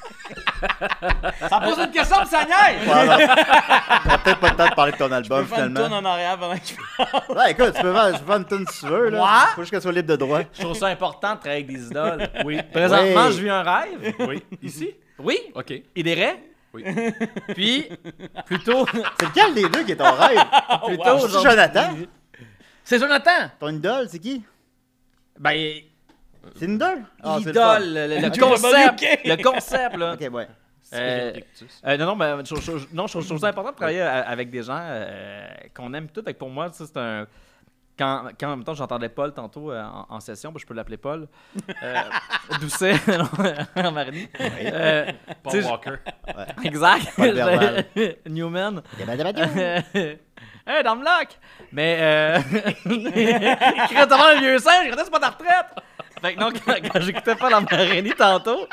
Ça pose une question, puis ça niaise! Voilà. On a peut-être pas le temps de parler de ton Je peux album faire une tourne finalement. en arrière pendant que je Ouais, écoute, tu peux faire, tu peux faire une tune si tu veux. Là. Moi? Faut juste qu'elle soit libre de droit. Je trouve ça important de travailler avec des idoles. Oui. Présentement, Oui. je vis un rêve. Oui, ici? Oui. OK. Et des rêves. Oui. Puis, plutôt. C'est lequel des deux qui est ton rêve? plutôt C'est genre- Jonathan? C'est Jonathan! Ton idole, c'est qui? Ben, C'est une idole? Ah, c'est le l'idole, fun. le, le- le Joe concept. W K. Le concept, là. Ok, ouais. Euh, Rictus. Euh, non, non, mais je, je- je- non, je, je trouve ça important de travailler a- avec des gens euh, qu'on aime tout. Fait que pour moi, ça, c'est un. Quand, quand en même temps j'entendais Paul tantôt euh, en, en session, ben, je peux l'appeler Paul. Euh, Doucet, non, Marnie. Euh, Paul tu sais, je- Walker. exact. Paul Verbal. Newman. Yabadabadou. Hey, Damlock! Mais, euh. Chris, devant le vieux singe, regardez, c'est pas ta retraite! Fait que non, quand, quand j'écoutais pas dans ma Rénie tantôt,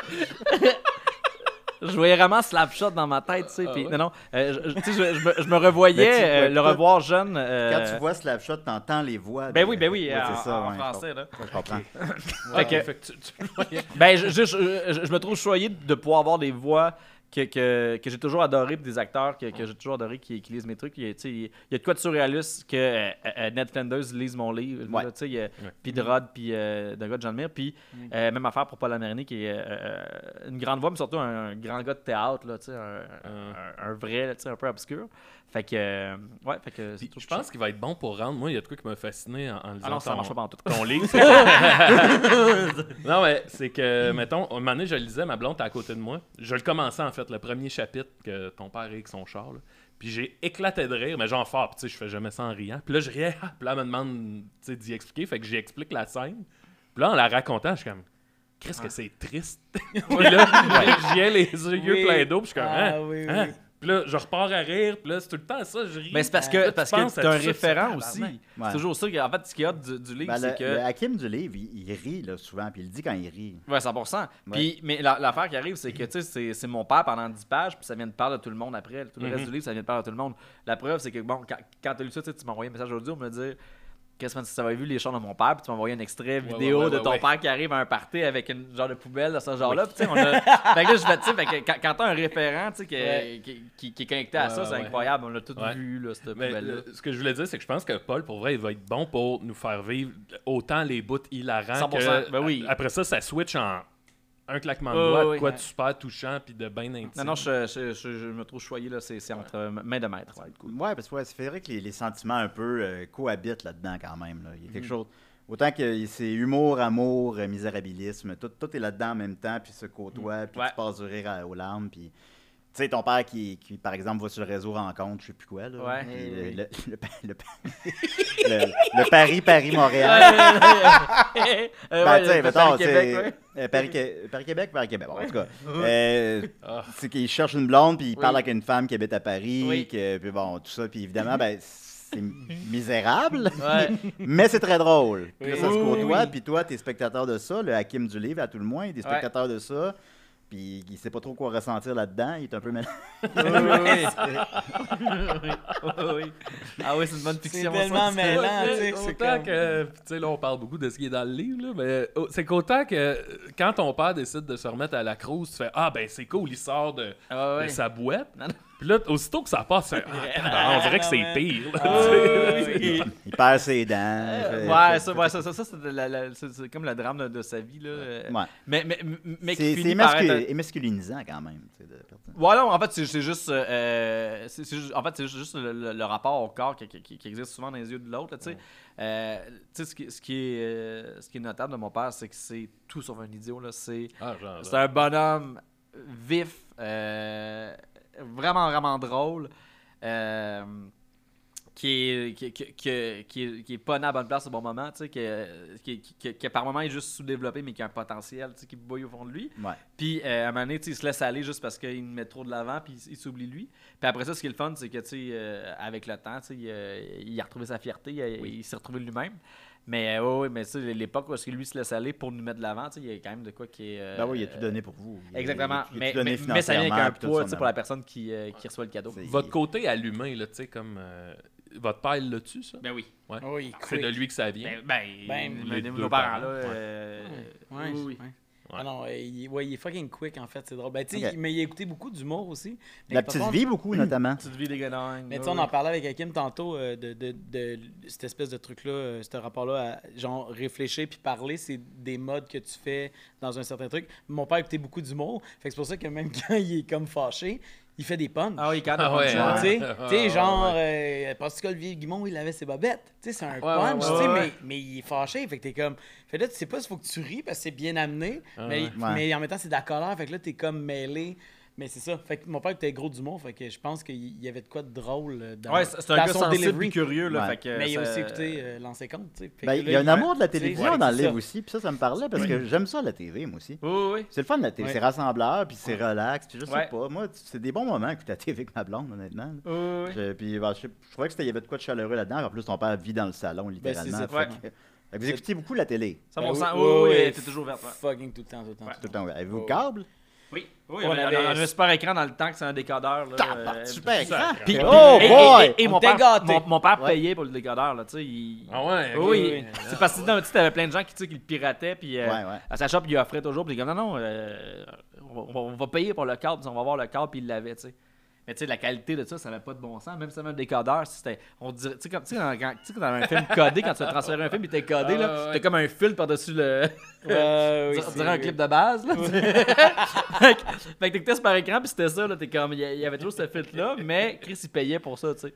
je voyais vraiment Slapshot dans ma tête, tu sais. Ah Puis, ouais? non, non, euh, je, tu sais, je, je me, je me revoyais Mais tu- euh, ouais, le toi, revoir jeune. euh, Quand tu vois Slapshot, t'entends les voix. Ben de- oui, ben oui, Ouais, en, c'est ça, en ouais, français, là. Je comprends. Ouais, que- fait que tu, tu le voyais. Ben, je, je, je, je- je me trouve choyé de pouvoir avoir des voix que, que, que j'ai toujours adoré, puis des acteurs que, que j'ai toujours adoré qui, qui lisent mes trucs. Il y a, tu sais, il y a de quoi de surréaliste que euh, euh, Ned Flanders lise mon livre. Ouais. là, tu sais, il y a- Puis de Rod, puis euh, de gars de John Muir. Puis euh, même affaire pour Paul Lamarani, qui est euh, une grande voix, mais surtout un, un grand gars de théâtre, là, tu sais, un, un, un vrai, là, tu sais, un peu obscur. Fait que, euh, ouais, fait que... c'est Puis tout je ça. pense qu'il va être bon pour rendre. Moi, il y a de quoi qui m'a fasciné en, en lisant Ah non, ça ton, marche pas en tout. ton livre. c'est que- non, mais c'est que, mettons, un moment donné, je le lisais, ma blonde était à côté de moi. Je le commençais, en fait, le premier chapitre que ton père est avec son char. Là. Puis j'ai éclaté de rire, mais genre fort, puis tu sais, je fais jamais ça en riant. Puis là, je riais, ah, puis là, elle me demande tu sais, d'y expliquer, fait que j'y explique la scène. Puis là, en la racontant, je suis comme, qu'est-ce que c'est triste. Puis là, j'y ai les yeux Oui. pleins d'eau, puis je suis comme, Ah, hein, oui, hein? oui. Puis là, je repars à rire, puis là, c'est tout le temps ça, je ris. Mais c'est parce Là, que, tu parce penses que à t'as un tout ça, référent tu aussi. fais, tabarnak. Ouais. C'est toujours ça. En fait, ce qu'il y a du, du livre, Ben, c'est le, que... le Hakim du livre, il, il rit là, souvent, puis il le dit quand il rit. Ouais, cent pour cent. Puis, mais la- l'affaire qui arrive, c'est que, tu sais, c'est- c'est mon père pendant dix pages, puis ça vient de parler de tout le monde après. Tout le Mhm. reste du livre, ça vient de parler de tout le monde. La preuve, c'est que, bon, quand, quand t'as lu ça, tu sais, tu m'as envoyé un message audio pour me dire qu'est-ce que tu avais vu les chants de mon père, puis tu m'as envoyé un extrait Ouais, vidéo ouais, ouais, de ouais, ton ouais. père qui arrive à un party avec une genre de poubelle de ce genre-là. Puis, tu sais, on a. Fait que là, je vais, tu sais, fait que quand, quand t'as un référent, tu sais, qui, Ouais. qui, qui- qui est connecté à Ouais, ça, ouais, c'est ouais. incroyable. On l'a tout Ouais. vu, là, cette Mais poubelle-là. le- ce que je voulais dire, c'est que je pense que Paul, pour vrai, il va être bon pour nous faire vivre autant les bouts hilarants cent pour cent. que Ben oui. après ça, ça switch en un claquement de Oh, doigts, oui. quoi de super touchant puis de bien intime. Non, non, je, je, je, je me trouve choyé, là. C'est, c'est entre main de maître. Ça va être cool. Ouais, parce que ouais, c'est vrai que les, les sentiments un peu euh, cohabitent là-dedans quand même. Là. Il y a quelque chose. Autant que c'est humour, amour, euh, misérabilisme, tout, tout est là-dedans en même temps, puis se côtoie, puis Ouais. tu passes du rire à- aux larmes, puis... Tu sais, ton père qui, qui, par exemple, va sur le réseau rencontre, je sais plus quoi, là. Ouais. puis Oui, le, oui. le, le, pa- le pa- le- le Paris-Paris-Montréal. Euh, Ben, ouais, tu sais, le mettons, Paris-Québec, c'est... ouais. euh, Paris-Qué- Paris-Québec, Paris-Québec. Bon, en tout cas, euh, Ah. c'est qu'il cherche une blonde, puis il Oui. parle avec une femme qui habite à Paris, Oui. que, puis bon, tout ça, puis évidemment, ben, c'est misérable, Ouais. mais c'est très drôle. Puis là, ça se Oui, oui, côtoie, oui. puis toi, t'es spectateur de ça, le Hakim du livre, à tout le moins, il est Ouais. spectateur de ça, puis il sait pas trop quoi ressentir là-dedans, il est un peu mal. Oui, oui, oui. Ah oui, c'est une bonne fiction. C'est tellement ça. mêlant, Ouais, tu sais, mais c'est autant comme- que, tu sais, là, on parle beaucoup de ce qui est dans le livre, là, mais oh, c'est qu'autant que quand ton père décide de se remettre à la crouse, tu fais « Ah, ben c'est cool, il sort de, Ah ouais. de sa boîte. Non, non. » Puis là, aussitôt que ça passe, tu fais « Ah, tabarnak, on dirait que c'est non, pire. là. Ah, Tu sais, oui, c'est- oui. Il perd ses dents. Euh, fait- ouais, fait- ça, ouais, ça, ça, ça, c'est, de la- la- c'est- c'est comme le drame de, de sa vie. Là. euh. Ouais. Mais, mais, mais qui C'est finit c'est par mascu- être- et masculinisant quand même. tu sais, de personne. Voilà, en fait, c'est, c'est juste. euh, c'est, c'est juste- en fait, c'est juste le, le- le rapport au corps qui, qui- qui existe souvent dans les yeux de l'autre. là, tu sais. Euh, tu sais, ce, qui, ce, qui est, euh, ce qui est notable de mon père, c'est que c'est tout sauf un idiot. Là. C'est, Ah, genre, c'est un bonhomme vif, euh, vraiment, vraiment drôle. euh, qui est, qui, qui, qui, qui est, qui est pas né à la bonne place au bon moment, tu sais, qui, qui, qui, qui, par moment est juste sous-développé, mais qui a un potentiel, tu sais, qui bouille au fond de lui. Ouais. Puis euh, à un moment donné, tu sais, il se laisse aller juste parce qu'il met trop de l'avant, puis il, il s'oublie lui. Puis après ça, ce qui est le fun, c'est que, tu sais, euh, avec le temps, tu sais, il, euh, il a retrouvé sa fierté, il, a- il s'est retrouvé lui-même. Mais euh, ouais, ouais, mais tu sais, l'époque où est-ce que lui se laisse aller pour nous mettre de l'avant, tu sais, il y a quand même de quoi qui est... euh, Ben oui, il a tout donné pour vous. Il a- Exactement. il a tout Mais, donné mais, mais ça vient avec un financièrement, puis tout poids, son tu sais, pour la personne qui, euh, qui reçoit le cadeau. C'est- Votre côté allumé, là, tu sais, comme... euh, votre père, il l'a tu ça? Ben oui. Ouais. Oui, C'est de quick. lui que ça vient. Ben, ben, Ben, nos- les nos, deux parents, parents, là... ouais. euh, Ouais, oui, oui. ouais. Ah non, euh, il, ouais, il est fucking quick en fait, c'est drôle. Ben, tu sais, Ok. il- mais il a écouté beaucoup d'humour aussi. Mais La par petite contre- vie, beaucoup, notamment. Petite vie des grenouilles. Mais tu sais, on en parlait avec Hakim tantôt euh, de, de, de, de cette espèce de truc-là, euh, ce rapport-là, à, genre réfléchir puis parler, c'est des modes que tu fais dans un certain truc. Mon père écoutait beaucoup d'humour, fait que c'est pour ça que même quand il est comme fâché, il fait des punchs. Ah oui, quand Ah ouais, même. hein. Tu sais, Ouais. tu sais, Ouais, genre, euh, parce que Olivier Guimond, il avait ses bobettes. Tu sais, c'est un punch, ouais, tu sais, ouais. mais, mais il est fâché. Fait que t'es comme. Fait que là, tu sais pas s'il faut que tu ris parce que c'est bien amené, Ah mais, ouais. Ouais. mais en même temps, c'est de la colère. Fait que là, t'es comme mêlé. Mais c'est ça. Fait que mon père était gros d'humour. Fait que je pense qu'il y avait de quoi de drôle euh, dans, Ouais, c'est c'est un dans gars son sensible delivery. et curieux, là. Ouais. Fait que Mais il a ça- aussi écouté euh, L'ancien compte, tu sais. Fait Ben, que il là, y a un amour de la tu sais, télévision ouais, dans le c'est livre ça. aussi, puis ça, ça me parlait, parce que j'aime ça, la T V, moi aussi. Oui, oui, oui. C'est le fun, la T V. Ouais. C'est rassembleur, puis c'est relax, puis je sais Ouais. pas. Moi, c'est des bons moments écouter la T V avec ma blonde, honnêtement. là. Oui, oui, oui. Je, puis, ben, je, sais- je trouvais que c'était- il y avait de quoi de chaleureux là-dedans. En plus, ton père vit dans le salon, littéralement. ça, fait ouais. que- fait que vous écoutez beaucoup la télé, cent Ben pour cent. oui, Oui, oui, oui, oui, oui. t'es toujours ouverte. ouais. Fucking tout le temps, tout le temps. Ouais. tout le temps. Avez-vous le Oh. câble? Oui, oui, On on, avait... avait- on avait un super écran dans le temps que c'est un décodeur. Là, Tabarnak, euh, super puis- écran! Puis, Oh et, boy! et- et- et On mon, était père, gâtés. mon, mon père Ouais. payait pour le décodeur, là, tu sais. Il... Ah ouais? Oui, ok. oui. C'est parce que tu sais, t'avais plein de gens qui, tu sais, qui le pirataient, puis euh, Ouais, ouais. à sa shop, il lui offrait toujours, puis il dit non, non, euh, on, va, on va payer pour le câble, puis on va voir le câble, puis il l'avait, tu sais. Mais tu sais, la qualité de ça, ça n'avait pas de bon sens. Même si c'était un décodeur, si c'était. On dirait. Tu sais, comme- tu sais, dans, quand- tu sais, dans un film codé, quand tu as transféré un film, il était codé, Ah, là. ouais, T'as ouais. comme un fil par-dessus le. Ouais, oui, on c'est dirait un vrai. clip de base, là. tu sais. fait que fait que t'écoutais par écran, puis c'était ça, là. T'es comme. Il y a- il y avait toujours ce fil-là, mais Chris, il payait pour ça, tu sais.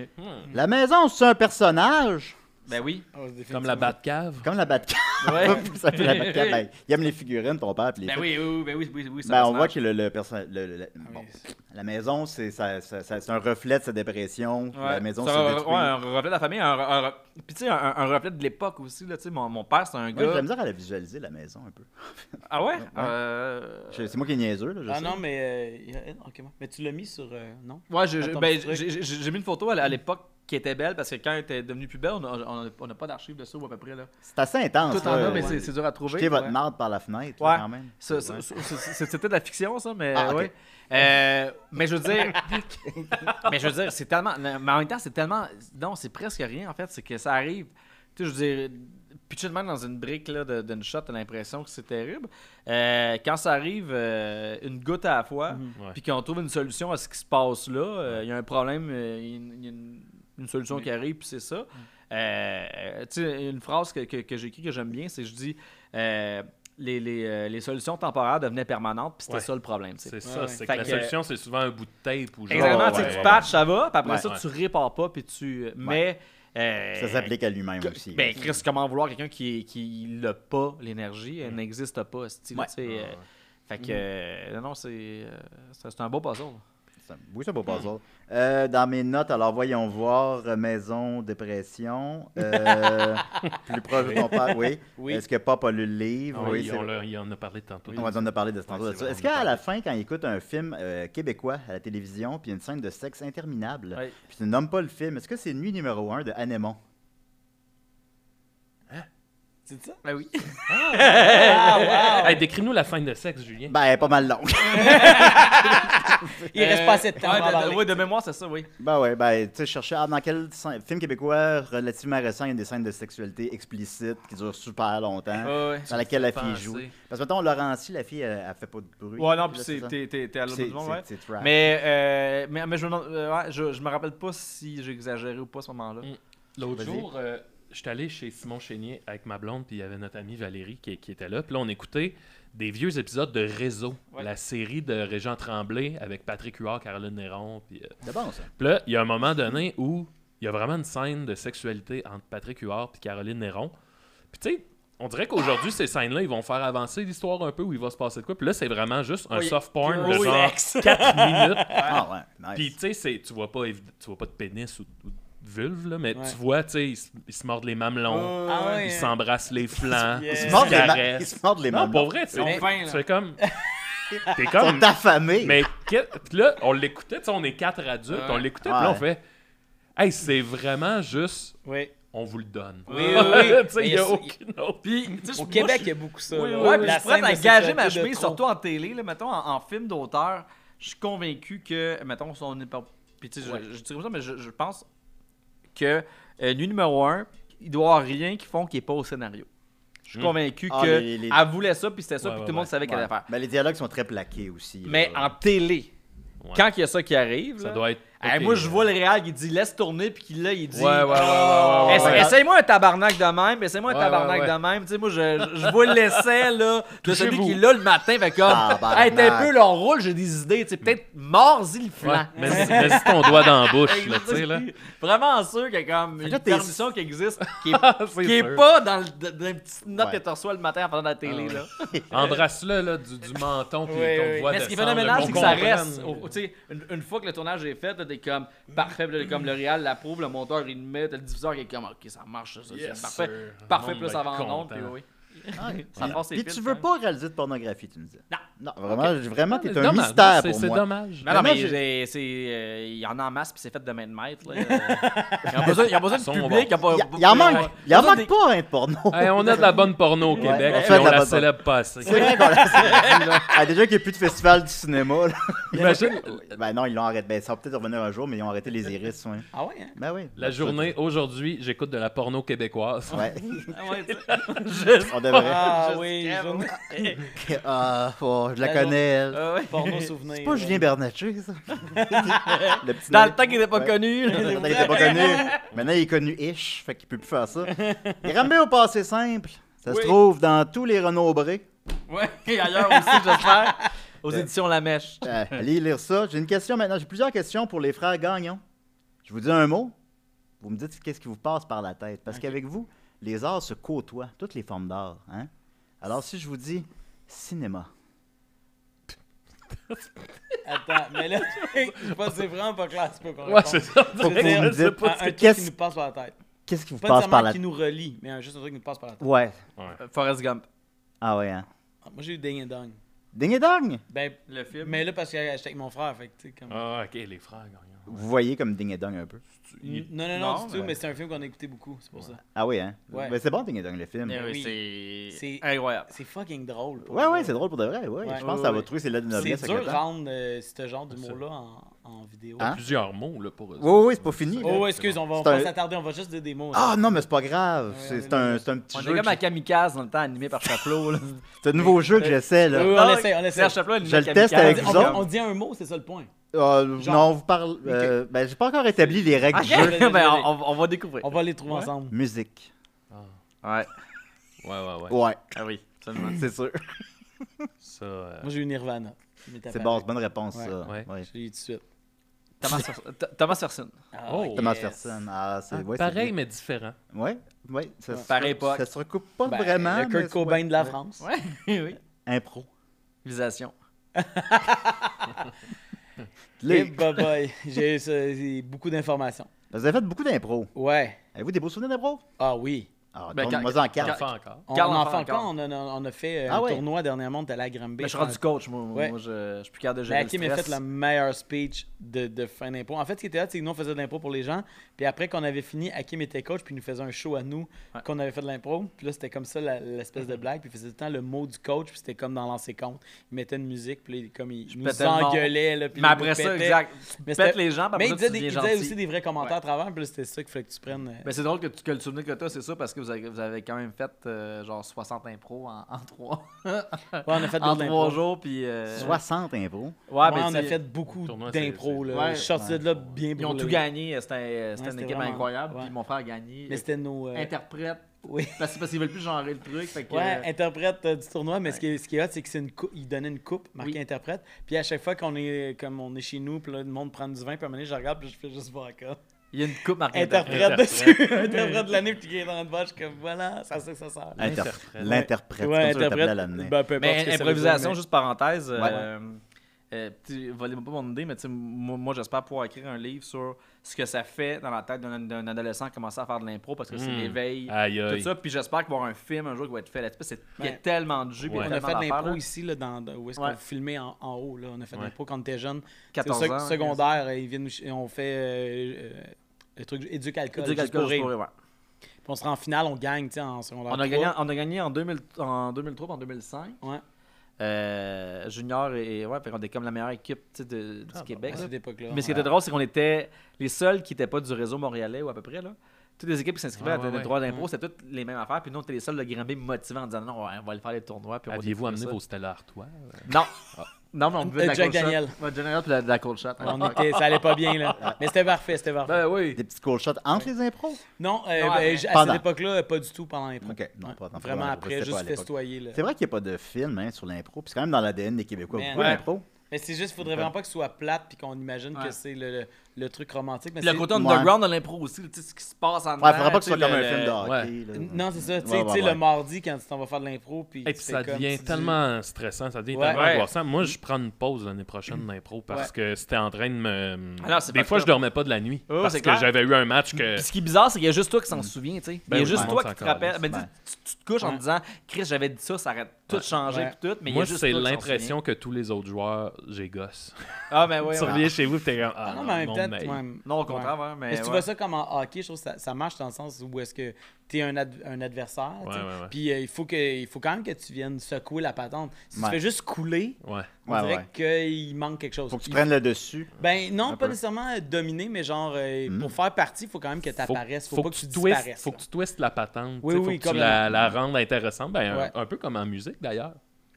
La maison, c'est un personnage, Ben oui. Oh, c'est Comme la définitivement. Batcave. comme la Batcave. Ouais. ça fait la Batcave. Ben, il aime les figurines, ton père, puis les Ben films. oui, oui, oui, ben oui, oui, oui. c'est un Ben, on voit personnage. que le, le perso- le- le- le- bon, la maison, c'est ça- ça- ça- c'est un reflet de sa dépression. Ouais. La maison, c'est c'est un, détruit. ouais, un reflet de la famille. Un, un- un- puis tu sais, un, un reflet de l'époque aussi. Là, tu sais, mon, mon père, c'est un Ouais, gars. j'ai la misère à la visualiser, la maison, un peu. Ah ouais? Euh... Je- C'est moi qui est niaiseux, là, je Ah sais. non, mais. euh, il y a- ok, bon. Mais tu l'as mis sur. euh, non? Ouais, j'ai, j'ai- Attends, ben, petit truc. j'ai, j'ai- j'ai mis une photo à, à l'époque qui était belle parce que quand elle était devenue plus belle, on n'a on a, on a pas d'archives de ça ou à peu près. Là. C'est assez intense. Tout en là. a, mais Ouais. c'est, c'est dur à trouver. Jetez votre Ouais. marde par la fenêtre, Ouais. là, quand même. Ça- ça- Ouais. ça- ça- C'était de la fiction, ça, mais Ah, ok. ouais. Euh, mais je veux dire, mais je veux dire, c'est tellement, mais en même temps, c'est tellement, non, c'est presque rien en fait, c'est que ça arrive. Tu sais, je veux dire, pitcher de même dans une brique là, de- d'une shot, t'as l'impression que c'est terrible. Euh, quand ça arrive, euh, une goutte à la fois, Ouais. puis qu'on trouve une solution à ce qui se passe là, euh, il y a un problème, euh, il y a une, il y a une- une solution qui arrive, puis c'est ça. Euh, tu sais, une phrase que, que, que j'ai écrite que j'aime bien, c'est je dis. euh, les, les, euh, les solutions temporaires devenaient permanentes, puis c'était Ouais. ça le problème. tu sais. C'est ça, ouais. c'est Fait que la que- solution, c'est souvent un bout de tape ou genre. Exactement, Ouais, tu sais, ouais, tu ouais. patches, ça va, puis après Ouais. ça, Ouais. tu répares pas, puis tu. Mais. euh, Ça s'applique à lui-même que- aussi. Ben, Chris, comment vouloir quelqu'un qui, qui n'a pas l'énergie, elle n'existe pas, style, Ouais. tu sais, euh, Ah, ouais. Fait que, euh, non, non, c'est euh, c'est c'est un beau puzzle. Ça- Oui, c'est un beau puzzle. Euh, dans mes notes, alors voyons voir, euh, maison, dépression. Euh, plus proche de ton père, oui. Oui. Est-ce que Pop a lu le livre? Ah, oui, il, c'est- on, l'a- il en a parlé tantôt. on en a parlé de ce Ouais, temps-là. c'est vrai, Est-ce on en a qu'à la parlé. fin, quand il écoute un film euh, québécois à la télévision, puis il y a une scène de sexe interminable, Ouais. puis tu ne nommes pas le film, est-ce que c'est Nuit numéro un de Anémon? C'est ça? Ben oui. Ah, wow! Hey, décris-nous la fin de sexe, Julien. Ben, elle est pas mal longue. Il reste pas assez de temps Ouais, pour en de, parler. ouais, de mémoire, c'est ça, oui. Ben ouais, ben, tu sais, je cherchais ah, dans quel scène- film québécois relativement récent, il y a des scènes de sexualité explicites qui durent super longtemps, Ouais, ouais. dans laquelle la fille Penser. joue. Parce que, mettons, Laurentie, la fille, elle, elle fait pas de bruit. Ouais, non, Là, puis c'est- ça. t'es t'es- t'es à l'autre bout C'est du monde, ouais. c'est- c'est trash. Mais, euh, mais, mais je, me, demande- euh, ouais, je, je me rappelle pas si j'ai exagéré ou pas à ce moment-là. Mm. L'autre Vas-y. jour, euh, j'étais allé chez Simon Chénier avec ma blonde, puis il y avait notre amie Valérie qui, qui était là. Puis là, on écoutait des vieux épisodes de Réseau, Ouais. la série de Régent Tremblay avec Patrick Huard, Caroline Néron. Puis, euh, C'est bon, ça. puis là, il y a un moment donné où il y a vraiment une scène de sexualité entre Patrick Huard et Caroline Néron. Puis tu sais, on dirait qu'aujourd'hui, ces scènes-là, ils vont faire avancer l'histoire un peu où il va se passer de quoi. Puis là, c'est vraiment juste un Oui. soft porn Oui, de oui. genre quatre minutes. Ah ouais, Puis nice. tu sais, c'est- tu vois pas évi- tu vois pas de pénis ou, ou de vulve, là, mais Ouais. tu vois, tu sais, ils, se- ils se mordent les mamelons, Ah ouais, ils hein. s'embrassent les flancs, Yeah. ils Ils se se mordent les, ma- caressent. ils se mordent les Non, mamelons. pour vrai, tu Ils sont sais, fins, tu là. fais comme... T'es Ils comme... sont affamés. Mais que- puis là, on l'écoutait, tu sais, on est quatre adultes, Ouais. on l'écoutait, puis là, on Ouais. fait... Hey, c'est vraiment juste... Oui. On vous le donne. Oui, oui, oui. Tu sais, il y a Mais aucune autre... Puis, tu sais, Au moi, Québec, je- il y a beaucoup ça. Oui, là. oui, puis La je pourrais scène de t'engager ma sexualité de chemise, trop. surtout en télé, là, mettons, en, en film d'auteur. Je suis convaincu que, mettons, si on est pas. Puis, tu sais, Ouais. je, je dirais comme ça, mais je, je pense que euh, Nuit numéro un, il doit y avoir rien qui font qui est pas au scénario. Je suis Hmm. convaincu Ah, que les- les- elle voulait ça, puis c'était ça, Ouais, puis ouais, tout le monde ouais. savait qu'elle Ouais. allait faire. Mais les dialogues sont très plaqués aussi. Mais là. en télé, Ouais. quand il y a ça qui arrive, Ça là, doit être... hey, moi, je vois le réal qui dit laisse tourner, puis qu'il là, il dit. Ouais, ouais, ouais, ouais, ouais, Essa- ouais. Essaye-moi un tabarnak de même, essaye-moi un Ouais, tabarnak ouais, ouais. de même. Tu sais, moi, je, je, je vois l'essai, là, de celui Touchez-vous. qui est là le matin, fait comme, Tabarnak. hey, t'es un peu, là, on roule, j'ai des idées, tu sais, peut-être mords-y le Ouais. flanc. Mais mais si ton doigt dans la bouche, là, tu sais, là. Vraiment sûr qu'il y a comme une que t'es- permission qui existe, qui est, C'est qui est sûr. pas dans, le, dans une petite note Ouais. que tu reçois le matin en faisant de la télé, Ah là. Embrasse-le, là, du, du menton, puis Oui, ton oui. voix Mais ce qui est descendre, phénoménal, là, c'est qu'on que ça comprenne. reste. au- tu sais, une, une fois que le tournage est fait, là, t'es comme parfait, puis là, comme le réal l'approuve, le monteur il le met, t'as le diffuseur qui est comme ok, ça marche, ça, Yes, c'est parfait. sir. Parfait, Le plus monde ça va va être en onde, content. puis oui. Ouais. Ça Puis- passe les Puis fils, tu quand veux même. pas réaliser de pornographie, tu me disais. Non. Non, vraiment, vraiment, t'es C'est un dommage, mystère c'est- pour C'est moi. dommage. Non, non, moi, mais j'ai- j'ai- c'est, euh, il y en a en masse, puis c'est fait de main de maître. Là. Ils ont besoin, ils ont besoin de Sont public. bons. Il y a pas- Il y a- il en manque, Ouais. il en Ils ont manque des- pas, hein, de porno. Hey, on a de la bonne porno au Ouais, Québec, on et fait de on la la bonne célèbre pas assez. C'est vrai qu'on l'a dit, là. Ah, déjà qu'il n'y a plus de festival du cinéma. Là. Imagine Ben non, ils l'ont arrêté. Ben ça va peut-être revenir un jour, mais ils ont arrêté les iris. Ouais. Ah ouais, hein? Ben oui. la journée, aujourd'hui, j'écoute de la porno québécoise. Ouais. Ah ouais, tu- On devrait. Ah Juste oui, Kev. journée- Ah, oh, je la La connais, elle. Ah ouais. porno souvenir. C'est pas Julien Bernatchez, ça. le petit Dans nain. le temps qu'il n'était pas Ouais. connu. Dans le temps qu'il était pas connu. Maintenant, il est connu-ish, fait qu'il peut plus faire ça. Il ramène au passé simple. Ça Oui. se trouve dans tous les Renault Bré. Ouais, et ailleurs aussi, j'espère. Aux éditions La Mèche. Euh, allez lire ça. J'ai une question maintenant. J'ai plusieurs questions pour les frères Gagnon. Je vous dis un mot. Vous me dites qu'est-ce qui vous passe par la tête. Parce qu'avec vous, les arts se côtoient, toutes les formes d'art. Hein? Alors, si je vous dis cinéma, Attends, mais là, je pense que c'est vraiment pas clair. C'est pas qu'on Ouais, c'est ça. Faut que Je vous me sais dites pas un, ce un que- truc qu'est-ce- qui nous passe par la tête. qu'est-ce qui vous Pas passe par nécessairement la qui tête? nous relie, mais un- juste un truc qui nous passe par la tête. Ouais. Euh, Forrest Gump. Ah ouais, hein? Ah, moi, j'ai eu Ding et Dong. Ding et dong! Ben, Le film. mais là, parce que j'étais avec mon frère, fait que, tu sais, comme... Ah, ok, les frères gagnants. Vous voyez comme ding et dong un peu. N- Non, non, non, Non, du tout, ouais. mais c'est un film qu'on a écouté beaucoup, c'est pour ça. Ah oui, hein? Ouais. Ben, c'est bon, ding et dong, le film. Eh oui, oui. c'est C'est- incroyable. C'est fucking drôle. pour Ouais, ouais, vrai. c'est drôle pour de vrai. Ouais. Ouais. Je pense que Ouais, ça ouais. va trouver ses lettres de C'est noblesse avec dur le de temps. rendre euh, ce genre d'humour-là en, en vidéo. Hein? Plusieurs mots, là, pour eux. Oui, oui, c'est pas fini. Oh, là. excuse, on va on C'est va un- pas s'attarder, on va juste dire des mots. Ah non, mais c'est pas grave. Ouais, C'est ouais, c'est non, un, mais- c'est un petit On jeu. est comme que à j'- Kamikaze dans le temps animé par Chaplot. Là. C'est un nouveau jeu que j'essaie, là. Oui, oui, on Ah, essaie, on essaie. Serge Chaplot animé Je le Kamikaze. teste avec On, vous dit- autres. on dit un mot, c'est ça le point. Euh, Genre- non, on vous parle. euh, ben, j'ai pas encore établi les règles du Ok, jeu. ben, on, on- on va découvrir. On va les trouver Ouais. ensemble. Musique. Ouais. Ouais, ouais, ouais. Ouais. Ah oui. Absolument. C'est sûr. Ça, euh, Moi, j'ai eu Nirvana. Il m'est C'est apparu. bon, c'est bonne réponse, Ouais. ça. Ouais. Ouais. Je l'ai eu tout de suite. Thomas Fersen. Th- Thomas Fersen. Ah, Oh. Thomas yes. Fersen. Ah, c'est ah, ouais, c'est pareil, bien. mais différent. Ouais, ouais. Ça, Ouais. se- Pareille époque. ça se recoupe pas Ben, vraiment. Le Kurt mais- Cobain ouais, de la ouais. France. Ouais, oui. Impro. Utilisation. Et Les- bye bye. J'ai ça, j'ai beaucoup d'informations. Vous avez fait beaucoup d'impro. Ouais. Avez-vous des beaux souvenirs d'impro? Ah oui. Ah, Ben, moi quand- en quatre. Enfant encore. On, Quand on on en en fait fait encore. encore. On a, on a fait euh, Ah un ouais. tournoi dernièrement. On était allé à Granby. Mais je suis rendu coach. Moi, Ouais. moi je, je suis plus capable de Mais gérer Hakim le a fait stress. le meilleur speech de, de fin d'impro. En fait, ce qui était là, c'est que nous, on faisait de l'impro pour les gens. Puis après qu'on avait fini, Hakim était coach, puis il nous faisait un show à nous, Ouais. qu'on avait fait de l'impro. Puis là, c'était comme ça, la- l'espèce de blague. Puis il faisait tout le temps le mot du coach, puis c'était comme dans l'ancien compte. Il mettait une musique, puis là, comme il Je nous pétais le mort. engueulait. Là, puis Mais il après nous ça, pétait. exact. Tu Mais pètes c'était- les gens, puis Mais après il ça, disait, tu des- il deviens disait gentil. aussi des vrais commentaires Ouais. à travers. Puis là, c'était ça qu'il fallait que tu prennes. euh, Mais c'est drôle que, tu- que le souvenir que tu as, c'est ça, parce que vous avez, vous avez quand même fait euh, genre soixante impros en, en trois, Ouais, on a fait de en l'impro. trois jours. Puis, euh, soixante impro. Ouais, Ouais, mais on a tu sais, fait beaucoup tournoi, d'impro. c'est- là. ouais. Je suis sorti de là bien Ils ont brûlé. tout gagné. C'était euh, c'était Ouais, une c'était équipe vraiment- incroyable. ouais. Puis mon frère a gagné. Mais c'était nos. euh, Interprète. Oui. Parce, parce qu'ils veulent plus genrer le truc. Fait que, Ouais, euh, interprète euh, du tournoi, mais ce, ouais. qui est, ce qui est hot, c'est que c'est une coupe, il donnait une coupe marquée Oui. interprète. Puis à chaque fois qu'on est comme on est chez nous, puis là, le monde prend du vin, puis à un moment donné, je regarde, puis je fais juste voir encore. il y a une coupe marquée Interprète interprète. dessus, interprète de l'année, puis qui est dans le bas, je suis comme voilà, ça c'est que ça sert. Inter- L'interprète. L'interprète. Ouais, comme ça, je t'appelais à interprète. l'amener. Ben, peu importe ce Mais que ça veut improvisation, dire, juste parenthèse. Ouais. Euh, euh, tu- volez-moi pas mon idée, mais tu sais, moi, moi, j'espère pouvoir écrire un livre sur ce que ça fait dans la tête d'un, d'un adolescent commencer à faire de l'impro parce que c'est Mm. l'éveil, Aïe, tout aïe. ça. Puis j'espère qu'il va y avoir un film un jour qui va être fait là-dessus. parce que c'est- Il y a Ouais. tellement de jeux, puis mais il on y a a fait tellement de d'affaires, l'impro là. ici, là, dans, dans- où est-ce Ouais. qu'on filmait en, en haut. Là. On a fait de Ouais. l'impro quand on était jeune. quatorze C'est au ans. sec- secondaire, euh, ils viennent nous ch- on fait euh, euh, le truc éduc-alcool. Du juste calcul, pour juste rire. pour rire, ouais. Puis on sera en finale, on gagne, tu sais, en secondaire. On a, trois. gagné, on a gagné en, deux mille, en deux mille trois en deux mille cinq. Ouais, Euh, junior et. Ouais, fait qu'on était comme la meilleure équipe tu sais, de- du Ah, Québec. à là. cette époque-là. Mais ce qui était drôle, c'est qu'on était les seuls qui n'étaient pas du réseau montréalais ou à peu près. Là. Toutes les équipes qui s'inscrivaient Ouais, à ouais, le ouais. droit d'impro, c'était toutes les mêmes affaires. Puis nous, on était les seuls de Granby motivés en disant non, ouais, on va aller faire les tournois. Puis on va Aviez-vous découvrir amené ça. vos Stella Artois? Non. Non, mais on buvait de la Euh, Jack cold shot. Daniel. Ouais, Jack Daniel puis de la, de la cold shot. On était, ça allait pas bien, là. Mais c'était parfait, c'était parfait. Ben oui. Des petits cold shots entre les impros? Non, euh, Non, ben, après. j- à Pendant. cette époque-là, pas du tout pendant l'impro. Ok, non, Ouais. pas pendant Vraiment l'impro, après, c'était pas juste à l'époque. festoyer. Là. C'est vrai qu'il n'y a pas de film hein, sur l'impro. Puis c'est quand même dans l'A D N des Québécois. Man, Beaucoup ouais. d'impro. Mais c'est juste, il faudrait vraiment pas que ce soit plate puis qu'on imagine Ouais. que c'est le, le, le truc romantique. Mais Puis le c'est- côté Ouais. underground de l'impro aussi, tu sais, ce qui se passe en Ouais, faudrait pas que ce dedans, soit comme tu un sais, film de le- hockey. là. Non, c'est ça. Tu sais, Ouais, tu sais, ouais, le ouais. mardi, quand tu t'en vas faire de l'impro, puis Et tu puis fais ça comme, devient tu dis- tellement stressant, ça devient Ouais. tellement Ouais. angoissant. Moi, je prends une pause l'année prochaine d'impro parce Ouais. que c'était en train de me. Ah non, c'est Des pas fois, ça. je dormais pas de la nuit Oh, parce c'est que clair. j'avais eu un match que. Puis ce qui est bizarre, c'est qu'il y a juste toi qui s'en souviens, tu sais. Ben il y a oui, juste tout le toi monde qui te s'en rappelle. calisse. Ben, tu, Ouais. tu- tu te couches en Ouais. te disant, Chris, j'avais dit ça, ça aurait tout changé, Ouais. puis tout. Mais il y Moi, a juste c'est toi qui s'en l'impression que tous les autres joueurs, j'ai gosse. souviens. Ah, ben oui. Tu ouais. reviens chez vous, t'es comme. Ah Ah, non, mais en même mon temps, mail. ouais. Non, au contraire, Ouais. ouais, mais. Mais si tu ouais. vois ça comme en hockey, je trouve que ça, ça marche dans le sens où est-ce que tu es un, ad- un adversaire. tu sais. Ouais, ouais, ouais. Puis euh, il, faut que, il faut quand même que tu viennes secouer la patente. Si Ouais. tu fais juste couler, Ouais. on Ouais, dirait ouais. qu'il manque quelque chose. Faut que tu Il- prennes le dessus. Ben non, Un pas peu. nécessairement euh, dominer, mais genre euh, Mm. pour faire partie, il faut quand même que tu Faut, apparaisses. Faut, faut pas que que tu tu twistes, disparaisses. faut là. que tu twistes la patente. Oui, tu sais, faut oui, que tu comme- la, la rendes intéressante. Ben, un- Ouais. un, peu comme en musique d'ailleurs.